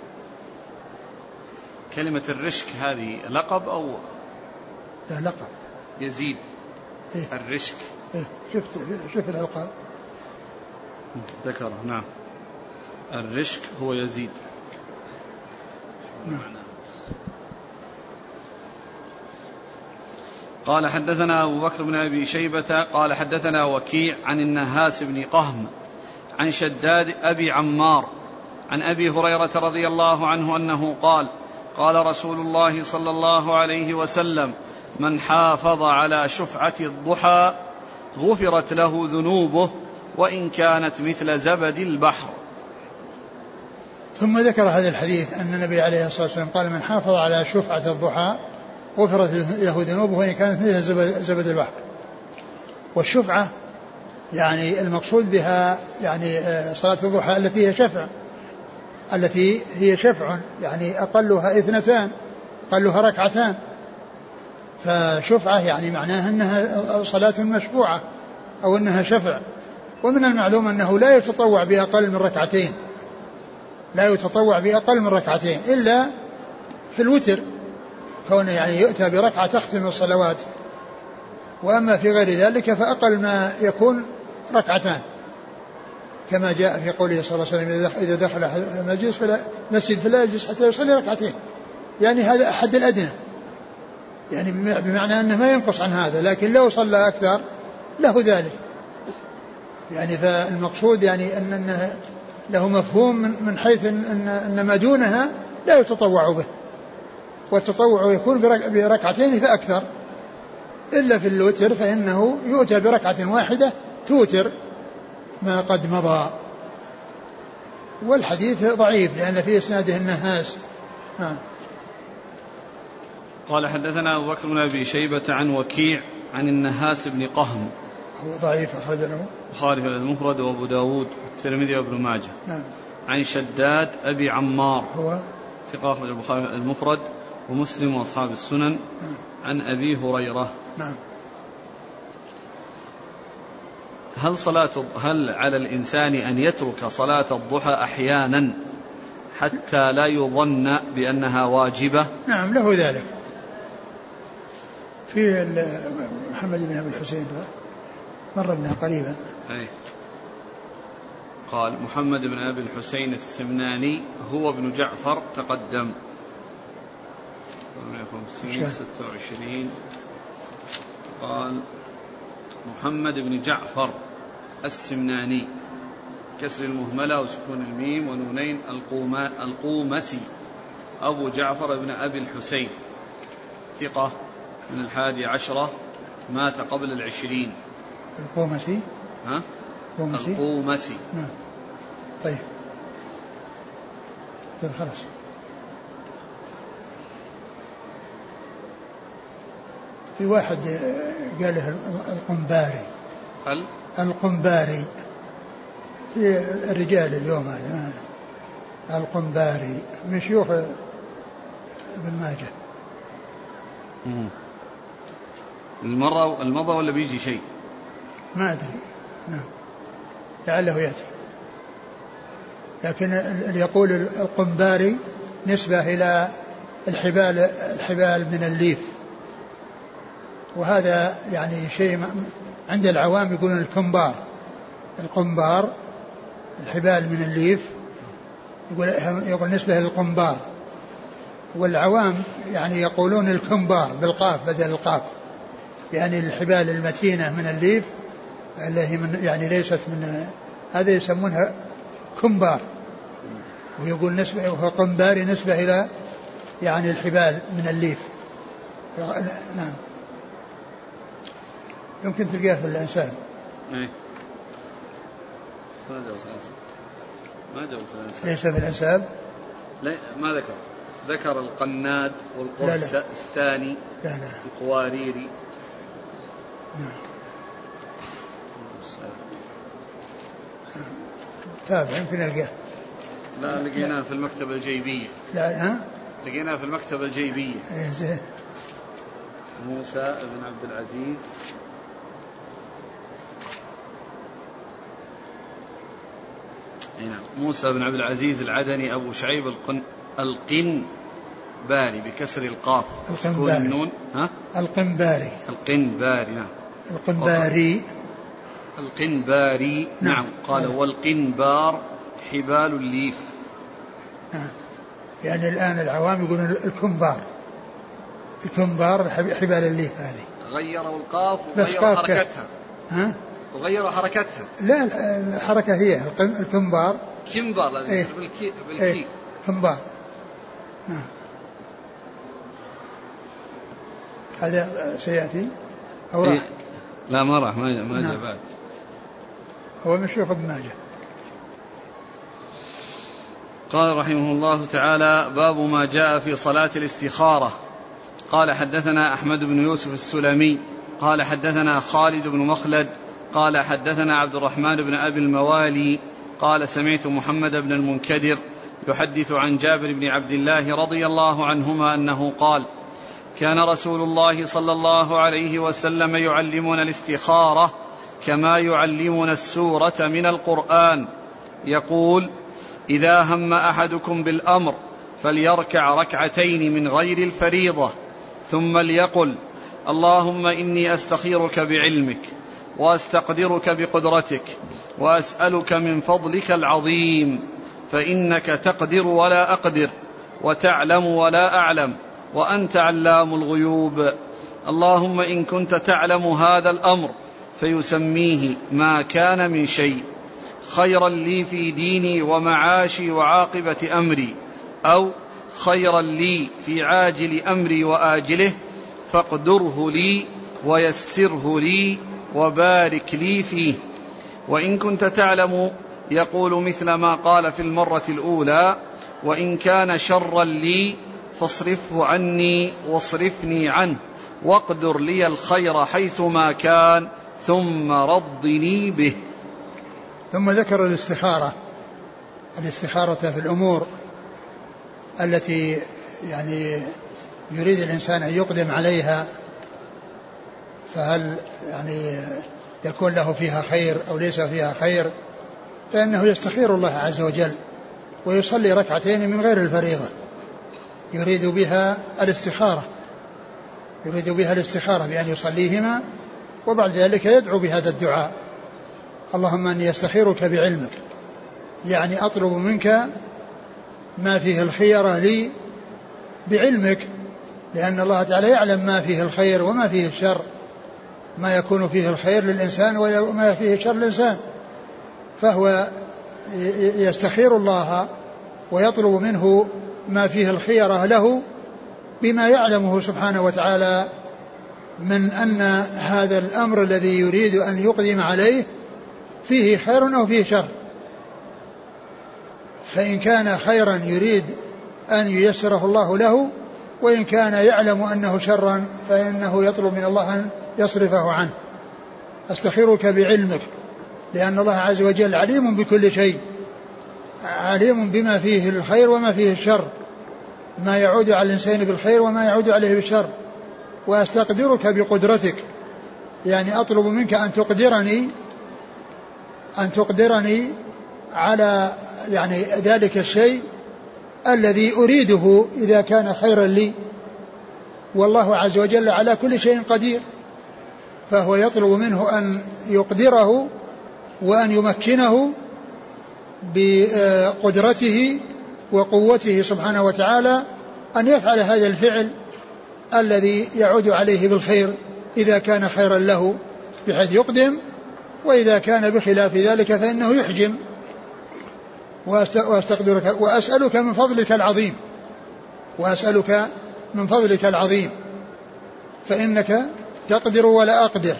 كلمة الرشك هذه لقب أو لا لقب؟ يزيد الرشك. شوف الألقاب ذكره. نعم، الرشك هو يزيد. قال حدثنا أبو بكر بن أبي شيبة قال حدثنا وكيع عن النهاس بن قهم عن شداد أبي عمار عن أبي هريرة رضي الله عنه أنه قال قال رسول الله صلى الله عليه وسلم من حافظ على شفعة الضحى غفرت له ذنوبه وإن كانت مثل زبد البحر. ثم ذكر هذا الحديث أن النبي عليه الصلاة والسلام قال من حافظ على شفعة الضحى غفرت له ذنوبه وإن كانت مثل زبد البحر. والشفعة يعني المقصود بها يعني صلاة الضحى التي هي شفع يعني أقلها 2 أقلها 2 ركعتان. فشفعة يعني معناها أنها صلاة مشفوعة أو أنها شفع. ومن المعلوم أنه لا يتطوع بأقل من 2 ركعتين إلا في الوتر كونه يعني يؤتى بركعة تختم الصلوات. وأما في غير ذلك فأقل ما يكون 2 كما جاء في قوله صلى الله عليه وسلم إذا دخل المسجد فلا يجلس حتى يصلي 2 يعني هذا أحد الأدنى يعني بمعنى أنه ما ينقص عن هذا. لكن لو صلى أكثر له ذلك يعني. فالمقصود يعني أنه له مفهوم من حيث أن ما دونها لا يتطوع به. والتطوع يكون ب2 فأكثر إلا في الوتر فإنه يؤتى بركعة واحدة توتر ما قد مضى. والحديث ضعيف لأن في إسناده النهاس. قال حدثنا أبو بكر بن أبي شيبة عن وكيع عن النهاس بن قهم هو ضعيف أخرج له البخاري في المفرد وأبو داود والترمذي وابن ماجه. عن شداد أبي عمار هو ثقة أخرج البخاري المفرد ومسلم وأصحاب السنن. عن أبي هريرة. هل على الإنسان أن يترك صلاة الضحى أحيانا حتى لا يظن بأنها واجبة؟ نعم له ذلك. في محمد بن أبي الحسين مر بنا قريبا. قال محمد بن أبي الحسين السمناني هو ابن جعفر تقدم 26. قال محمد بن جعفر السمناني كسر المهملة وسكون الميم ونونين القومسي أبو جعفر بن أبي الحسين ثقة من 11 مات قبل 20. القومسي القومسي. طيب خلاص. في واحد قاله القنباري في الرجال اليوم هذا القنباري من شيوخ ابن ماجه. المرة ولا بيجي شيء ما أدري. لعله يأتي. لكن اللي يقول القنباري نسبة إلى الحبال من الليف. وهذا يعني شيء عند العوام يقولون القنبار الحبال من الليف يقول نسبة للقنبار. والعوام يعني يقولون الكنبار بالقاف بدل القاف يعني الحبال المتينة من الليف التي يعني ليست من هذا يسمونها كنبار. ويقول نسبة وقنباري نسبة إلى يعني الحبال من الليف. نعم يمكن تلقاه في الأنساب. ما جاء في الأنساب. ليس في الأنساب. لا ما ذكر القناد والقرستاني القواريري. تابع يمكن نلقاه. لا لقيناه في المكتبة الجيبية. لقيناه في المكتبة الجيبية. زين. موسى بن عبد العزيز موسى بن عبد العزيز العدني أبو شعيب القنباري بكسر القاف وسكون النون. القنباري نعم. القنباري نعم. قال والقنبار حبال الليف. يعني الآن العوام يقولون الكنبار حبال الليف هذه. غيروا القاف وغيروا حركتها. ها؟ وغيروا حركتها. لا الحركة هي الكمبار. كمبار لازم إيه؟ بالكي. كمبار. نعم. هذا سيأتي أو راح؟ لا ما راح ما جاء بعد. هو مشيخ ابن ماجه. قال رحمه الله تعالى: باب ما جاء في صلاة الاستخارة. قال حدثنا أحمد بن يوسف السلمي قال حدثنا خالد بن مخلد قال حدثنا عبد الرحمن بن أبي الموالي قال سمعت محمد بن المنكدر يحدث عن جابر بن عبد الله رضي الله عنهما أنه قال: كان رسول الله صلى الله عليه وسلم يعلمنا الاستخارة كما يعلمنا السورة من القرآن، يقول: إذا هم أحدكم بالأمر فليركع ركعتين من غير الفريضة، ثم ليقل: اللهم إني أستخيرك بعلمك وأستقدرك بقدرتك وأسألك من فضلك العظيم، فإنك تقدر ولا أقدر وتعلم ولا أعلم وأنت علام الغيوب. اللهم إن كنت تعلم هذا الأمر فيسميه ما كان من شيء خيرا لي في ديني ومعاشي وعاقبة أمري، أو خيرا لي في عاجل أمري وآجله، فاقدره لي ويسره لي وبارك لي فيه. وإن كنت تعلم يقول مثل ما قال في المرة الأولى: وإن كان شرا لي فاصرفه عني واصرفني عنه واقدر لي الخير حيثما كان ثم رضني به. ثم ذكر الاستخارة في الأمور التي يعني يريد الإنسان أن يقدم عليها، فهل يعني يكون له فيها خير أو ليس فيها خير، فإنه يستخير الله عز وجل ويصلي ركعتين من غير الفريضة يريد بها الاستخارة بأن يصليهما، وبعد ذلك يدعو بهذا الدعاء: اللهم أني أستخيرك بعلمك، يعني أطلب منك ما فيه الخيرة لي بعلمك، لأن الله تعالى يعلم ما فيه الخير وما فيه الشر، ما يكون فيه الخير للإنسان وما فيه الشر للإنسان، فهو يستخير الله ويطلب منه ما فيه الخيرة له بما يعلمه سبحانه وتعالى من أن هذا الأمر الذي يريد أن يقدم عليه فيه خير أو فيه شر. فإن كان خيرا يريد أن ييسره الله له، وإن كان يعلم أنه شرا فإنه يطلب من الله أن يصرفه عنه. أستخيرك بعلمك، لأن الله عز وجل عليم بكل شيء، عليم بما فيه الخير وما فيه الشر، ما يعود على الإنسان بالخير وما يعود عليه بالشر. وأستقدرك بقدرتك، يعني أطلب منك أن تقدرني على يعني ذلك الشيء الذي أريده إذا كان خيرا لي، والله عز وجل على كل شيء قدير، فهو يطلب منه أن يقدره وأن يمكنه بقدرته وقوته سبحانه وتعالى أن يفعل هذا الفعل الذي يعود عليه بالخير إذا كان خيرا له بحيث يقدم، وإذا كان بخلاف ذلك فإنه يحجم. وأستقدرك وأسألك من فضلك العظيم فإنك تقدر ولا أقدر،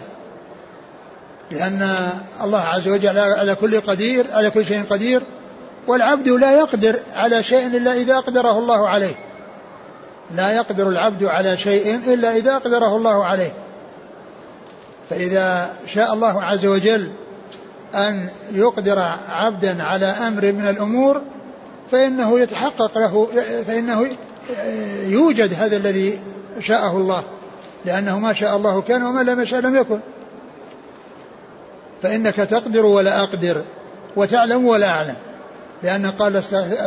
لأن الله عز وجل على كل شيء قدير، والعبد لا يقدر على شيء إلا إذا أقدره الله عليه، لا يقدر العبد على شيء إلا إذا أقدره الله عليه. فإذا شاء الله عز وجل أن يقدر عبدا على أمر من الأمور فإنه يتحقق له، فإنه يوجد هذا الذي شاءه الله، لأنه ما شاء الله كان وما لم يشاء لم يكن. فإنك تقدر ولا أقدر وتعلم ولا أعلم، لأن قال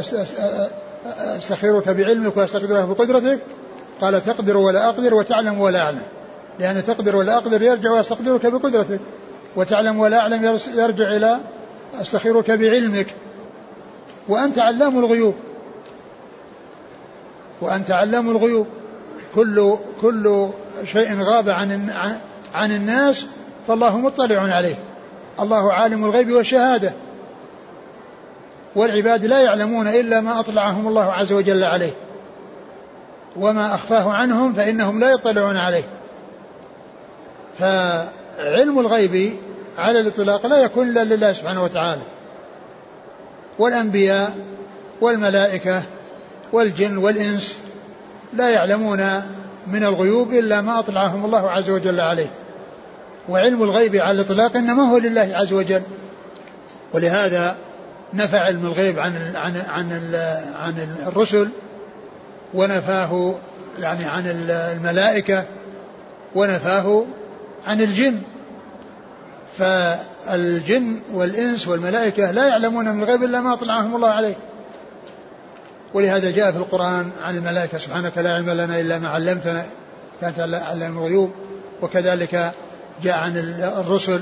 أستخيرك بعلمك وأستقدرك بقدرتك، قال تقدر ولا أقدر وتعلم ولا أعلم، لأن تقدر ولا أقدر يرجع وأستقدرك بقدرتك، وتعلم ولا أعلم يرجع إلى أستخيرك بعلمك، وأنت علام الغيوب. كل شيء غاب عن الناس فالله مطلع عليه. الله عالم الغيب والشهادة، والعباد لا يعلمون إلا ما أطلعهم الله عز وجل عليه، وما أخفاه عنهم فإنهم لا يطلعون عليه. فعلم الغيب على الإطلاق لا يكون إلا لله سبحانه وتعالى. والأنبياء والملائكة والجن والإنس لا يعلمون من الغيوب إلا ما أطلعهم الله عز وجل عليه. وعلم الغيب على الإطلاق إنما هو لله عز وجل، ولهذا نفى علم الغيب عن الرسل، ونفاه يعني عن الملائكة، ونفاه عن الجن. فالجن والإنس والملائكة لا يعلمون من الغيب إلا ما أطلعهم الله عليه. ولهذا جاء في القرآن عن الملائكة سبحانك لا علم لنا إلا ما علمتنا كانت علم الغيوب. وكذلك جاء عن الرسل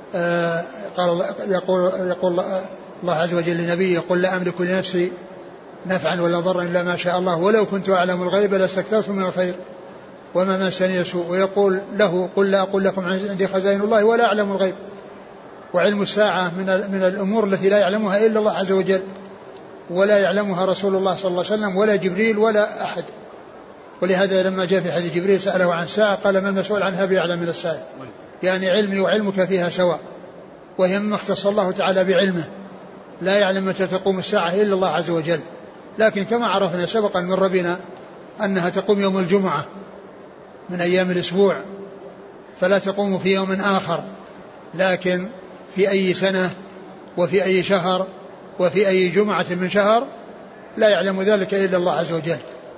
يقول الله عز وجل لنبيه يقول لا أملك لنفسي نفعا ولا ضرا إلا ما شاء الله ولو كنت أعلم الغيب لاستكثرت من الخير وما مسني سوء. ويقول له قل لا أقول لكم عندي خزائن الله ولا أعلم الغيب. وعلم الساعة من الأمور التي لا يعلمها إلا الله عز وجل، ولا يعلمها رسول الله صلى الله عليه وسلم ولا جبريل ولا أحد. ولهذا لما جاء في حديث جبريل سأله عن الساعة قال ما المسؤول عنها بأعلم من السائل، يعني علمي وعلمك فيها سواء، وهي مما اختص الله تعالى بعلمه. لا يعلم متى تقوم الساعة إلا الله عز وجل. لكن كما عرفنا سبقا من ربنا أنها تقوم يوم الجمعة من أيام الأسبوع، فلا تقوم في يوم آخر، لكن في أي سنة وفي أي شهر وفي أي جمعة من شهر لا يعلم ذلك إلا الله عز وجل.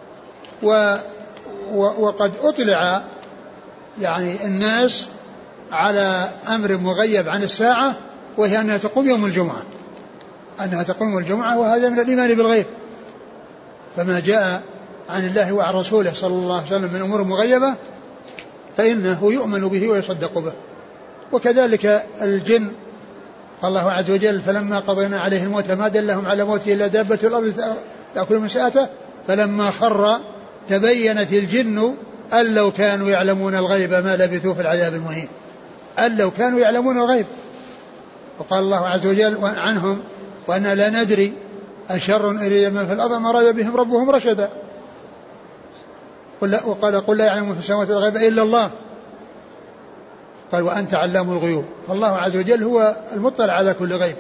وقد أطلع يعني الناس على أمر مغيب عن الساعة، وهي أنها تقوم يوم الجمعة، أنها تقوم يوم الجمعة، وهذا من الإيمان بالغيب. فما جاء عن الله وعن رسوله صلى الله عليه وسلم من أمور مغيبة فإنه يؤمن به ويصدق به. وكذلك الجن الله عز وجل فلما قضينا عليه الموت ما دلهم على موته إلا دابة الأرض تأكل من سأته فلما خر تبينت الجن أن لو كانوا يعلمون الغيب ما لبثوا في العذاب المهين. أن لو كانوا يعلمون الغيب. وقال الله عز وجل عنهم وأنا لا ندري أشر أريد من في الأرض ما أراد بهم ربهم رشدا. وقال قل لا يعلم في السماوات الغيب إلا الله. قال وأنت علام الغيوب. فالله عز وجل هو المطلع على كل غيب،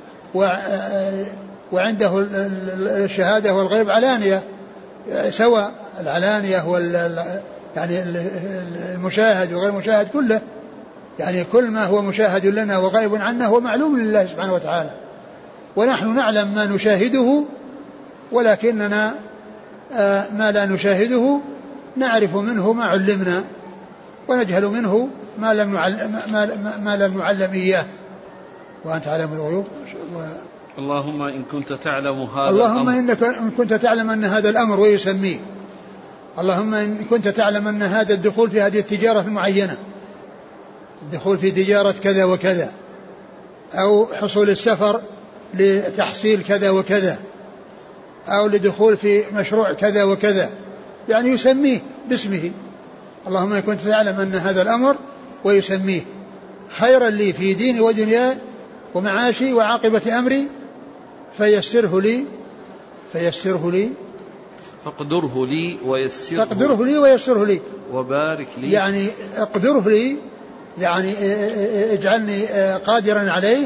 وعنده الشهادة والغيب علانية سواء. العلانية هو يعني المشاهد وغير المشاهد كله، يعني كل ما هو مشاهد لنا وغائب عنا هو معلوم لله سبحانه وتعالى. ونحن نعلم ما نشاهده، ولكننا ما لا نشاهده نعرف منه ما علمنا، ونجهل منه ما لم نعلم إياه. وأنت علم الغيوب. اللهم إن كنت تعلم هذا اللهم إن كنت تعلم أن هذا الأمر ويسميه. اللهم إن كنت تعلم أن هذا الدخول في هذه التجارة المعينة، الدخول في تجارة كذا وكذا، أو حصول السفر لتحصيل كذا وكذا، أو لدخول في مشروع كذا وكذا، يعني يسميه باسمه. اللهم إن كنت تعلم أن هذا الأمر ويسميه خيرا لي في ديني ودنياي ومعاشي وعاقبة أمري فيسره لي فاقدره لي ويسره لي وبارك لي، يعني اقدره لي يعني اجعلني قادرا عليه،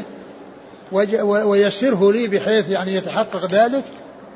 ويسره لي بحيث يعني يتحقق ذلك،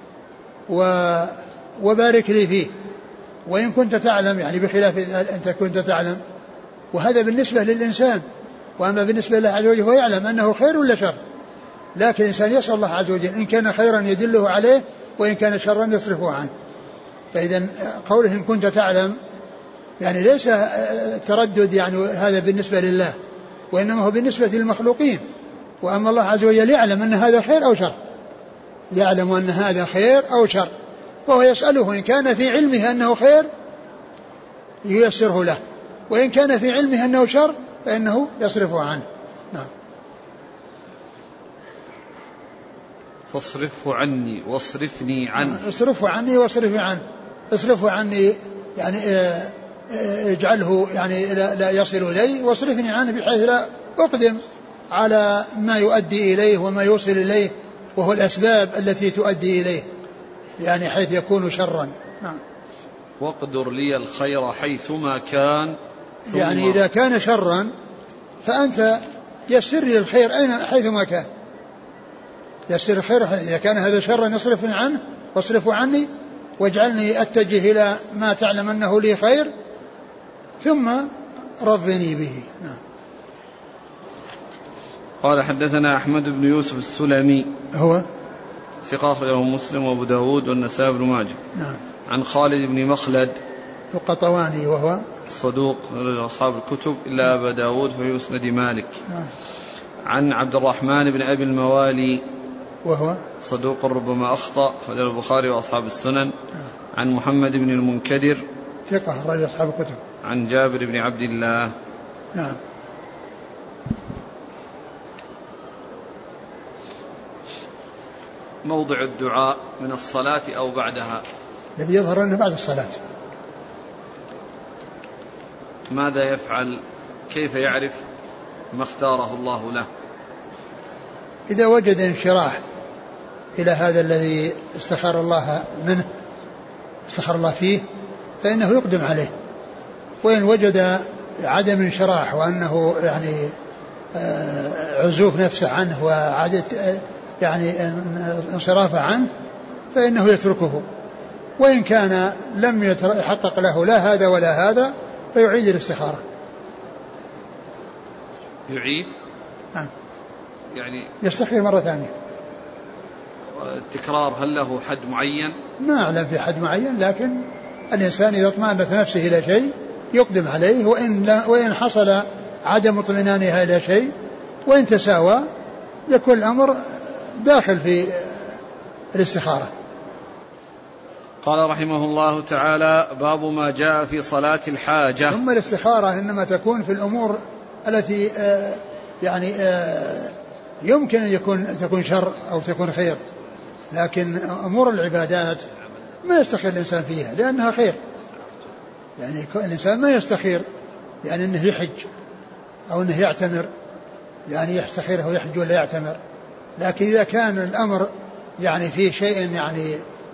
وبارك لي فيه. وإن كنت تعلم يعني بخلاف أنت كنت تعلم، وهذا بالنسبة للإنسان. وأما بالنسبة لله عز وجل هو يعلم أنه خير ولا شر، لكن الإنسان يسأل الله عز وجل إن كان خيرا يدله عليه وإن كان شرا يصرفه عنه. فإذا قوله إن كنت تعلم يعني ليس تردد، يعني هذا بالنسبة لله، وإنما هو بالنسبة للمخلوقين. وأما الله عز وجل يعلم أن هذا خير أو شر، يعلم أن هذا خير أو شر، وهو يسأله إن كان في علمه أنه خير ييسره له، وإن كان في علمه أنه شر فإنه يصرفه عنه. نعم. فاصرفه عني واصرفني عنه. اصرفه عني واصرفني عنه. اصرفه عني يعني اجعله يعني لا يصل إليه، واصرفني عنه بحيث لا أقدم على ما يؤدي إليه وما يوصل إليه، وهو الأسباب التي تؤدي إليه، يعني حيث يكون شرا. نعم. واقدر لي الخير حيثما كان، يعني إذا كان شرا فأنت يسر لي الخير حيثما كان، يسر الخير. إذا كان هذا شرا يصرفني عنه واصرفه عني، واجعلني أتجه إلى ما تعلم أنه لي خير، ثم رضني به. نعم. قال حدثنا أحمد بن يوسف السلمي هو ثقة أخرجه مسلم وأبو داود والنسائي بن ماجه. نعم. عن خالد بن مخلد القطواني وهو صدوق أصحاب الكتب إلا أبا داود في مسند مالك. نعم. عن عبد الرحمن بن أبي الموالي وهو صدوق ربما أخطأ أخرجه البخاري وأصحاب السنن. نعم. عن محمد بن المنكدر ثقة أخرج أصحاب الكتب. عن جابر بن عبد الله. نعم. موضع الدعاء من الصلاة أو بعدها؟ الذي يظهر أنه بعد الصلاة. ماذا يفعل؟ كيف يعرف ما اختاره الله له؟ إذا وجد انشراح إلى هذا الذي استخار الله منه، استخار الله فيه، فإنه يقدم عليه. وإن وجد عدم انشراح وأنه يعني عزوف نفسه عنه وعدد يعني انصرافه عنه، فإنه يتركه. وإن كان لم يحقق له لا هذا ولا هذا، فيعيد الاستخارة. يعيد؟ نعم. يعني يستخير مرة ثانية. التكرار هل له حد معين؟ ما أعلم في حد معين، لكن الإنسان إذا اطمأنت نفسه إلى شيء يقدم عليه، وإن حصل عدم اطمئنانها إلى شيء وإن تساوى يكون الأمر داخل في الاستخارة. قال رحمه الله تعالى: باب ما جاء في صلاة الحاجة. ثم الاستخارة إنما تكون في الأمور التي يعني يمكن أن تكون شر أو تكون خير، لكن أمور العبادات ما يستخير الإنسان فيها لأنها خير. يعني الإنسان ما يستخير يعني أنه يحج أو أنه يعتمر، يعني يستخيره ويحج ولا يعتمر. لكن إذا كان الأمر يعني فيه شيء يعني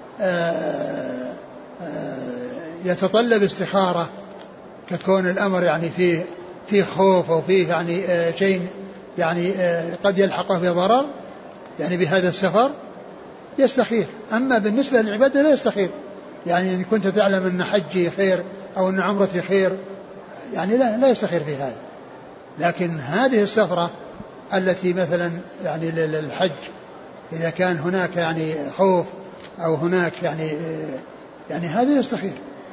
يتطلب استخارة، ككون الأمر يعني فيه خوف أو فيه يعني شيء يعني قد يلحقه بضرر يعني بهذا السفر، يستخير. أما بالنسبة للعبادة لا يستخير، يعني إن كنت تعلم أن حجي خير أو أن عمرتي خير يعني لا يستخير في هذا. لكن هذه السفرة التي مثلا يعني للحج، إذا كان هناك يعني خوف أو هناك يعني هذا يستخير.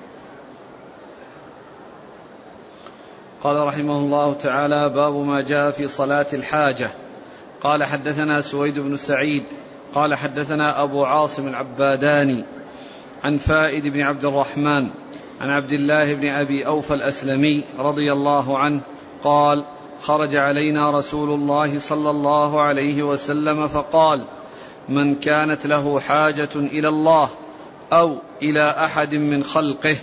قال رحمه الله تعالى: باب ما جاء في صلاة الحاجة. قال حدثنا سويد بن سعيد قال حدثنا أبو عاصم العباداني عن فائد بن عبد الرحمن عن عبد الله بن أبي أوفى الأسلمي رضي الله عنه قال: خرج علينا رسول الله صلى الله عليه وسلم فقال: من كانت له حاجة إلى الله أو إلى أحد من خلقه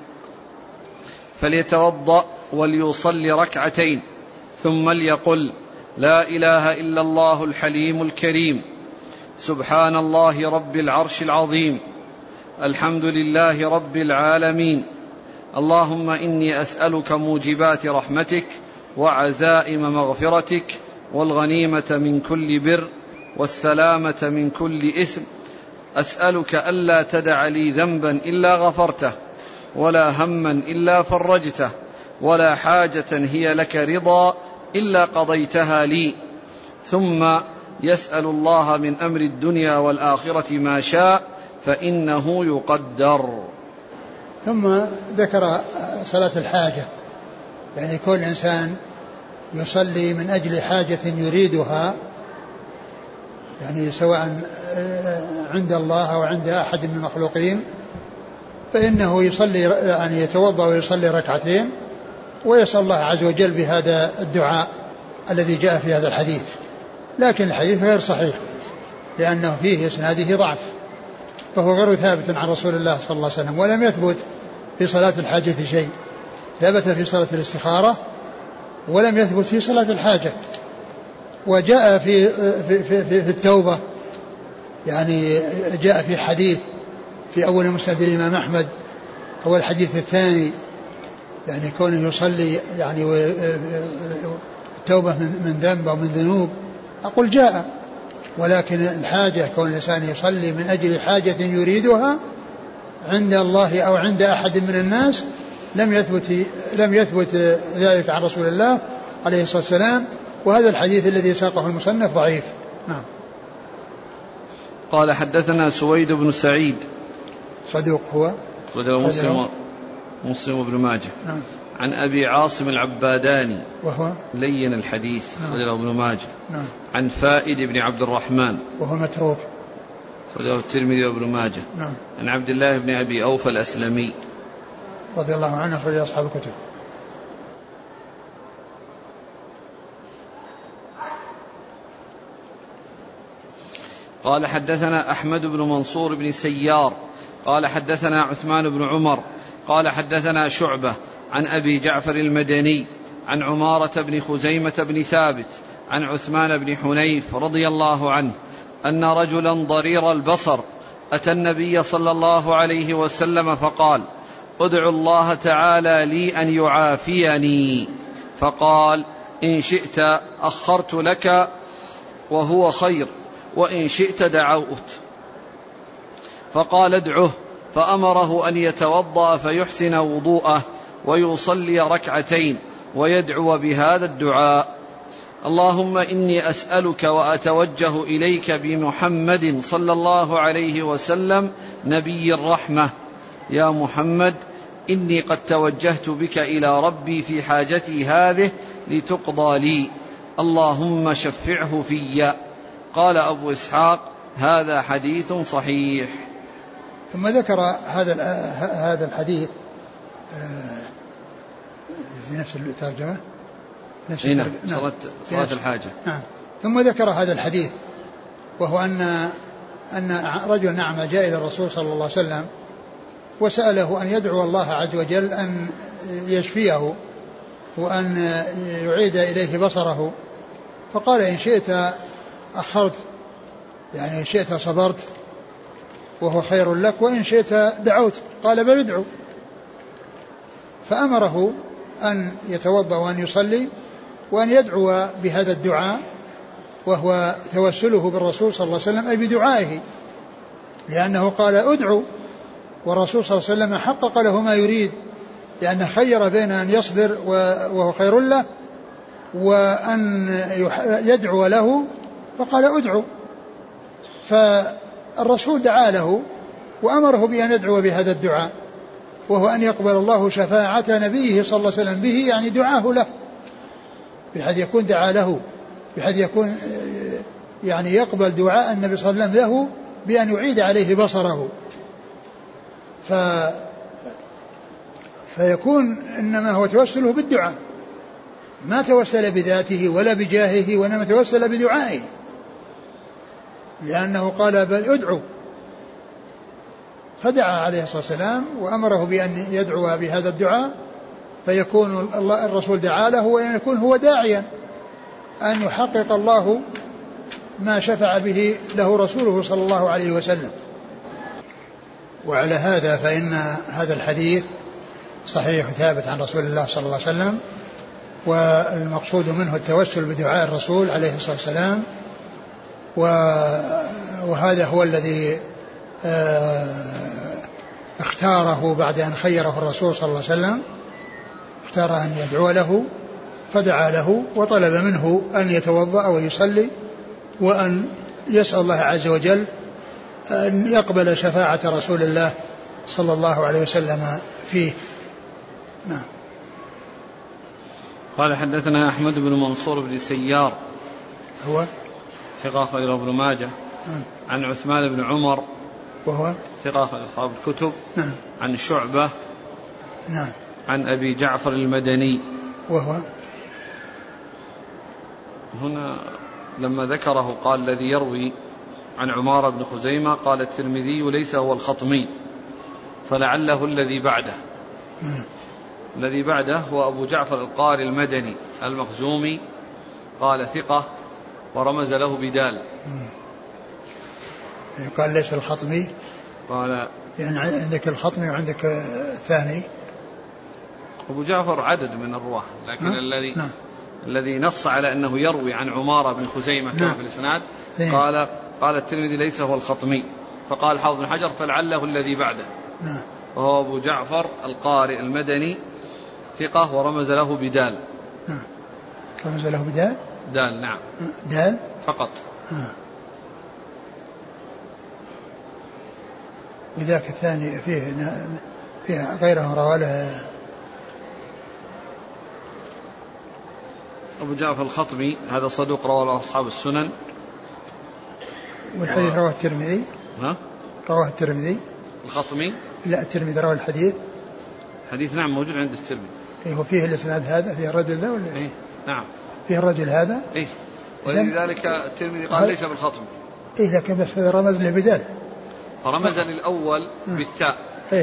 فليتوضأ وليصلي ركعتين ثم ليقل: لا إله إلا الله الحليم الكريم، سبحان الله رب العرش العظيم، الحمد لله رب العالمين، اللهم إني أسألك موجبات رحمتك وعزائم مغفرتك والغنيمة من كل بر والسلامة من كل إثم، أسألك ألا تدع لي ذنبا إلا غفرته ولا هما إلا فرجته ولا حاجة هي لك رضا إلا قضيتها لي. ثم يسأل الله من أمر الدنيا والآخرة ما شاء فإنه يقدر. ثم ذكر صلاة الحاجة، يعني كل إنسان يصلي من أجل حاجة يريدها، يعني سواء عند الله أو عند أحد من المخلوقين، فإنه يصلي يعني يتوضأ ويصلي ركعتين ويسأل الله عز وجل بهذا الدعاء الذي جاء في هذا الحديث. لكن الحديث غير صحيح لأنه فيه إسناده ضعف، فهو غير ثابت عن رسول الله صلى الله عليه وسلم، ولم يثبت في صلاة الحاجة شيء، ثبت في صلاة الاستخارة ولم يثبت في صلاة الحاجة. وجاء في التوبة يعني جاء في حديث في أول مسند الإمام أحمد هو الحديث الثاني، يعني كونه يصلي يعني التوبة من ذنب أو من ذنوب، أقول جاء، ولكن الحاجة كون الإنسان يصلي من أجل حاجة يريدها عند الله أو عند أحد من الناس لم يثبت ذلك عن رسول الله عليه الصلاة والسلام. وهذا الحديث الذي ساقه المصنف ضعيف. نعم. قال حدثنا سويد بن سعيد صدوق هو مسلم بن ماجه. نعم. عن أبي عاصم العباداني وهو لين الحديث رجله ابن ماجه. نعم. عن فائد بن عبد الرحمن وهو متروك رجله الترمذي وابن ماجه. نعم. عن عبد الله بن أبي أوفى الأسلمي رضي الله عنه أخرج أصحاب الكتب. قال حدثنا أحمد بن منصور بن سيار قال حدثنا عثمان بن عمر قال حدثنا شعبة عن أبي جعفر المدني عن عمارة بن خزيمة بن ثابت عن عثمان بن حنيف رضي الله عنه أن رجلا ضرير البصر أتى النبي صلى الله عليه وسلم فقال: ادعو الله تعالى لي أن يعافيني، فقال: إن شئت أخرت لك وهو خير، وإن شئت دعوت. فقال: ادعه، فأمره أن يتوضأ فيحسن وضوءه ويصلي ركعتين ويدعو بهذا الدعاء: اللهم إني أسألك وأتوجه إليك بمحمد صلى الله عليه وسلم نبي الرحمة، يا محمد إني قد توجهت بك إلى ربي في حاجتي هذه لتقضى لي، اللهم شفعه في. قال أبو إسحاق: هذا حديث صحيح. ثم ذكر هذا الحديث في نفس الترجمة صلاة الحاجة. ثم ذكر هذا الحديث، وهو أن رجل نعم جاء إلى الرسول صلى الله عليه وسلم وسأله أن يدعو الله عز وجل أن يشفيه وأن يعيد إليه بصره، فقال: إن شئت أخرت، يعني إن شئت صبرت وهو خير لك، وإن شئت دعوت. قال: بل ادعو. فأمره أن يتوضأ وأن يصلي وأن يدعو بهذا الدعاء، وهو توسله بالرسول صلى الله عليه وسلم أي بدعائه، لأنه قال: ادعو، والرسول صلى الله عليه وسلم حقق له ما يريد، لأنه خير بين أن يصبر وهو خير له وأن يدعو له، فقال: ادعو. فالرسول دعا له وأمره بأن يدعو بهذا الدعاء، وهو أن يقبل الله شفاعة نبيه صلى الله عليه وسلم به، يعني دعاه له، بحيث يكون دعا له، بحيث يكون يعني يقبل دعاء النبي صلى الله عليه وسلم له بأن يعيد عليه بصره. فيكون إنما هو توسله بالدعاء، ما توسل بذاته ولا بجاهه، وإنما توسل بدعائه، لأنه قال: بل ادعو. فدعا عليه الصلاة والسلام وأمره بأن يدعو بهذا الدعاء، فيكون الرسول دعا له وأن يكون هو داعيا أن يحقق الله ما شفع به له رسوله صلى الله عليه وسلم. وعلى هذا فإن هذا الحديث صحيح ثابت عن رسول الله صلى الله عليه وسلم، والمقصود منه التوسل بدعاء الرسول عليه الصلاة والسلام، وهذا هو الذي اختاره بعد أن خيره الرسول صلى الله عليه وسلم، اختار أن يدعو له فدعا له وطلب منه أن يتوضأ ويصلي وأن يسأل الله عز وجل أن يقبل شفاعة رسول الله صلى الله عليه وسلم فيه. نعم. قال حدثنا أحمد بن منصور بن سيار هو ثقة أخرجه ابن ماجه. عن عثمان بن عمر وهو ثقة أخرجه أصحاب الكتب. عن شعبة عن أبي جعفر المدني وهو هنا لما ذكره قال الذي يروي عن عمارة بن خزيمة، قال الترمذي: ليس هو الخطمي، فلعله الذي بعده. الذي بعده هو أبو جعفر القاري المدني المخزومي، قال ثقة ورمز له بدال. قال ليس الخطمي، قال يعني عندك الخطمي وعندك الثاني. أبو جعفر عدد من الرواة، لكن الذي نص على أنه يروي عن عمارة بن خزيمة كما في الإسناد قال الترمذي ليس هو الخطمي، فقال حافظ بن حجر فلعله الذي بعده، وهو أبو جعفر القارئ المدني ثقة ورمز له بدال. رمز له بدال؟ دال، نعم، دال فقط. وذاك الثاني فيه غيره روى له أبو جعفر الخطمي، هذا صدوق رواه له أصحاب السنن. والحديث رواه الترمذي. رواه الترمذي الخطمي؟ لا، الترمذي رواه الحديث. حديث نعم موجود عند الترمذي. هو فيه الاسناد هذا، فيه الرجل ذا ولا؟ نعم فيه الرجل هذا. ولذلك الترمذي قال ليس بالخطمي. لكن بس رمز له بدال، فرمز للأول بالتاء.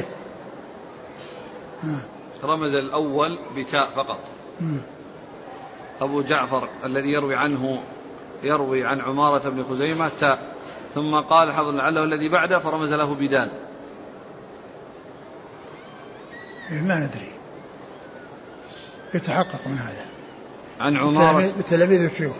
رمز للأول بتاء فقط. أبو جعفر الذي يروي عن عمارة بن خزيمة تاء، ثم قال حفظ لعله الذي بعده فرمز له بدال. ما ندري، يتحقق من هذا عن عمارة بتلاميذ الشيوخ.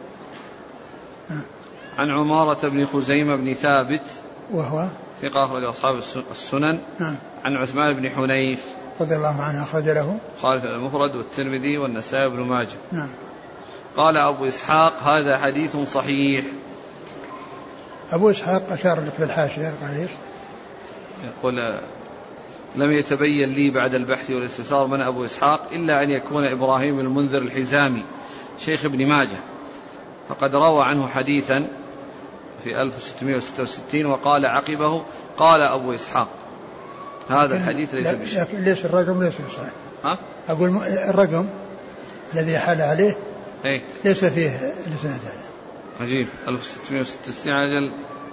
عن عمارة بن خزيمة بن ثابت وهو ثقة أخرج أصحاب السنن. عن عثمان بن حنيف رضي الله عنه أخرج له خالف المفرد والترمذي والنسائي بن ماجه. قال أبو إسحاق هذا حديث صحيح. أبو إسحاق أشار لك بالحاشية قال إيش؟ يقول لم يتبين لي بعد البحث والاستفسار من أبو إسحاق إلا أن يكون إبراهيم المنذر الحزامي شيخ ابن ماجه، فقد روى عنه حديثا في 1666 وقال عقبه قال أبو إسحاق هذا الحديث ليس بشيء. ليس الرقم ليس صحيح. أقول الرقم الذي حال عليه ليس فيه الإسناد هذا. عجيب، 1666 عجل،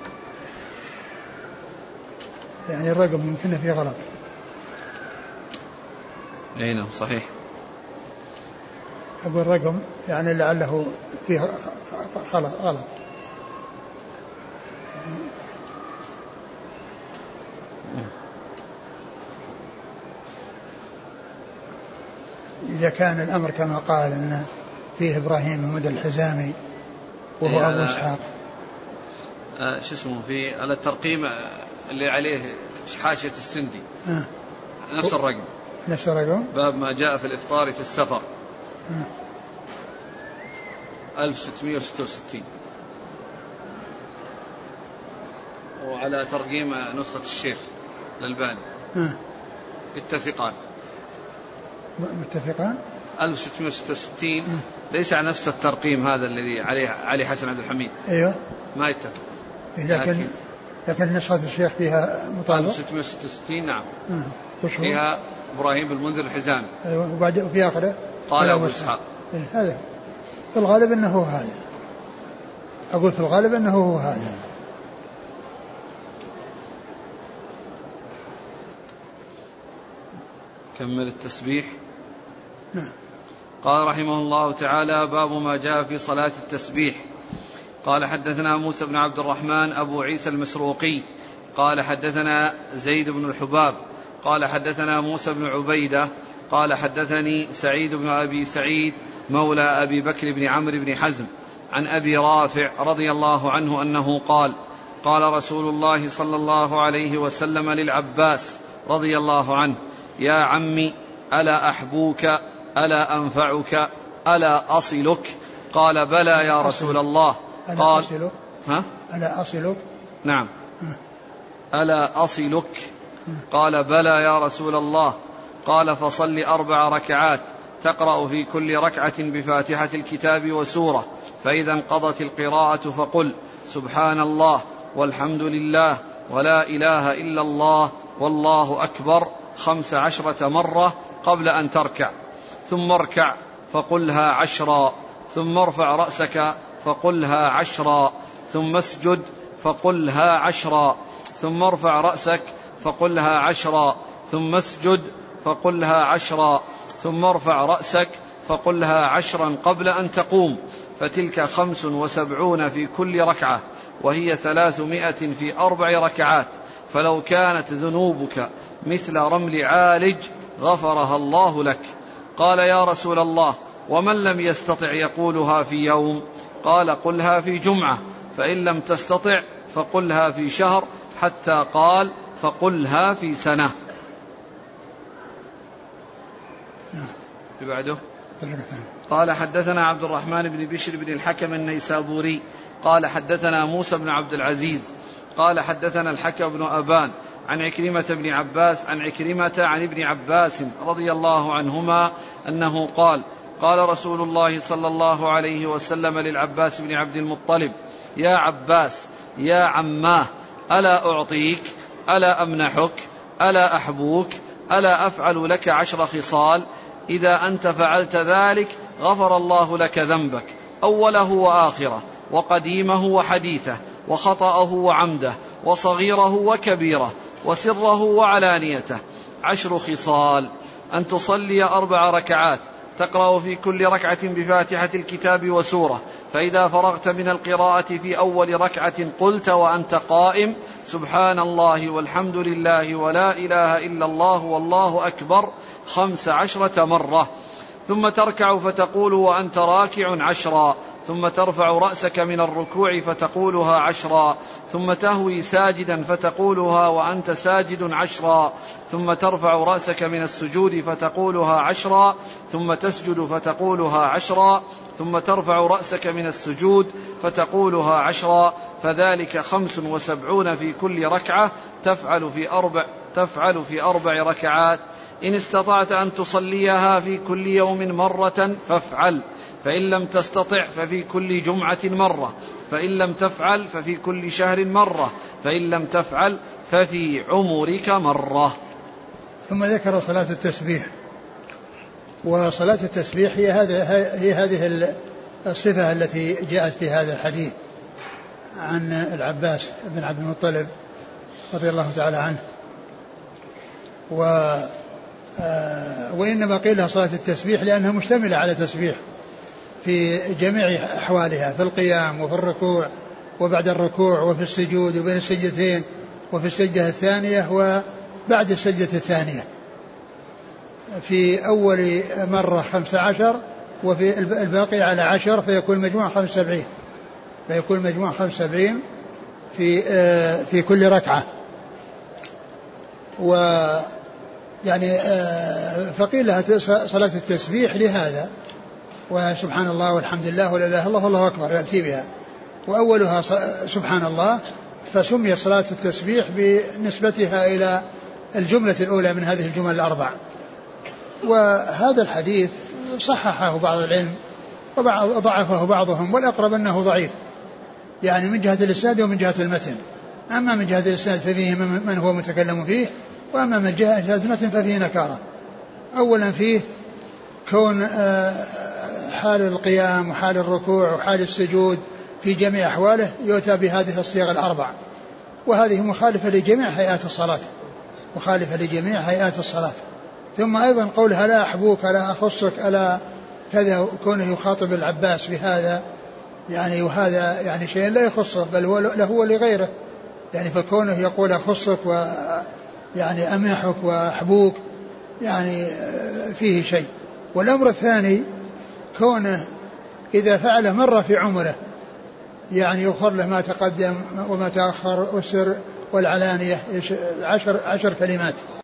يعني الرقم يمكن فيه غلط. نعم صحيح. أقول الرقم يعني لعله فيه غلط. إذا كان الأمر كما قال أن فيه إبراهيم المنذر الحزامي وهو أبو إسحاق شو اسمه في على الترقيم اللي عليه حاشية السندي نفس الرقم. نفس الرقم، باب ما جاء في الإفطار في السفر 1666، وعلى ترقيم نسخة الشيخ الألباني اتفقان 1666 ليس على نفس الترقيم هذا الذي عليه علي حسن عبد الحميد. أيوه ما يتفق. لكن نسخة الشيخ فيها مطابقة 1666 نعم. فيها إبراهيم المنذر الحزامي. أيوه، وبعد في آخره قال أبو إسحاق. هذا في الغالب أنه هذا. أقول في الغالب أنه هو هذا. كمل التسبيح. قال رحمه الله تعالى باب ما جاء في صلاة التسبيح. قال حدثنا موسى بن عبد الرحمن أبو عيسى المسروقي قال حدثنا زيد بن الحباب قال حدثنا موسى بن عبيدة قال حدثني سعيد بن أبي سعيد مولى أبي بكر بن عمرو بن حزم عن أبي رافع رضي الله عنه أنه قال قال رسول الله صلى الله عليه وسلم للعباس رضي الله عنه يا عمي ألا أحبوك ألا أنفعك ألا أصلك؟ قال بلى يا رسول الله. قال ألا أصلك؟ نعم. ألا أصلك؟ قال بلى يا رسول الله. قال فصل 4 ركعات تقرأ في كل ركعة بفاتحة الكتاب وسورة، فإذا انقضت القراءة فقل سبحان الله والحمد لله ولا إله إلا الله والله أكبر 15 مرة قبل أن تركع، ثم اركع فقلها 10، ثم ارفع رأسك فقلها 10، ثم اسجد فقلها 10، ثم ارفع رأسك فقلها 10، ثم اسجد فقلها 10 ثم ارفع رأسك فقلها 10 قبل أن تقوم، فتلك 75 في كل ركعة، وهي 300 في 4 ركعات. فلو كانت ذنوبك مثل رمل عالج غفرها الله لك. قال يا رسول الله ومن لم يستطع يقولها في يوم؟ قال قلها في جمعة، فإن لم تستطع فقلها في شهر، حتى قال فقلها في سنة. بعده قال حدثنا عبد الرحمن بن بشر بن الحكم النيسابوري قال حدثنا موسى بن عبد العزيز قال حدثنا الحكم بن أبان عن عكرمة بن عباس عن عكرمة عن ابن عباس رضي الله عنهما أنه قال قال رسول الله صلى الله عليه وسلم للعباس بن عبد المطلب يا عباس يا عماه ألا أعطيك ألا أمنحك ألا أحبوك ألا أفعل لك 10 خصال إذا أنت فعلت ذلك غفر الله لك ذنبك أوله وآخره وقديمه وحديثه وخطأه وعمده وصغيره وكبيره وسره وعلانيته. 10 خصال: أن تصلي 4 ركعات تقرأ في كل ركعة بفاتحة الكتاب وسورة، فإذا فرغت من القراءة في أول ركعة قلت وأنت قائم سبحان الله والحمد لله ولا إله إلا الله والله أكبر 15 مرة، ثم تركع فتقول وأنت راكع 10، ثم ترفع رأسك من الركوع فتقولها 10، ثم تهوي ساجدا فتقولها وأنت ساجد 10، ثم ترفع رأسك من السجود فتقولها 10، ثم تسجد فتقولها 10، ثم ترفع رأسك من السجود فتقولها 10، فذلك 75 في كل ركعة تفعل في 4 ركعات. إن استطعت أن تصليها في كل يوم مرة فافعل، فإن لم تستطع ففي كل جمعة مرة، فإن لم تفعل ففي كل شهر مرة، فإن لم تفعل ففي عمرك مرة. ثم ذكر صلاة التسبيح. وصلاة التسبيح هي هذه الصفة التي جاءت في هذا الحديث عن العباس بن عبد المطلب رضي الله تعالى عنه. وإنما قيل لها صلاة التسبيح لأنها مشتملة على تسبيح في جميع أحوالها، في القيام وفي الركوع وبعد الركوع وفي السجود وبين السجدتين وفي السجدة الثانية وبعد السجدة الثانية. في أول مرة 15 وفي الباقي على 10، فيكون مجموع 75. فيكون مجموع 75 في كل ركعة. يعني فقيل لها صلاة التسبيح لهذا، وسبحان الله والحمد لله ولا إله إلا الله والله أكبر يأتي بها، وأولها سبحان الله، فسمي صلاة التسبيح بنسبتها إلى الجملة الأولى من هذه الجمل الأربع. وهذا الحديث صححه بعض العلم وضعفه بعضهم، والأقرب أنه ضعيف، يعني من جهة الإسناد ومن جهة المتن. أما من جهة الإسناد ففيه من هو متكلم فيه، وأما من جهة المتن ففيه نكارة. أولا فيه كون حال القيام وحال الركوع وحال السجود في جميع أحواله يؤتى بهذه الصيغ الأربع، وهذه مخالفة لجميع هيئات الصلاة. ثم أيضا قولها لا أحبوك لا أخصك ألا كذا، كونه يخاطب العباس بهذا يعني، وهذا يعني شيء لا يخصه بل هو له ولغيره، يعني فكونه يقول أخصك ويعني أمنحك وأحبوك يعني فيه شيء. والأمر الثاني كونه إذا فعله مرة في عمره يعني يغفر له ما تقدم وما تأخر والسر والعلانية 10 كلمات.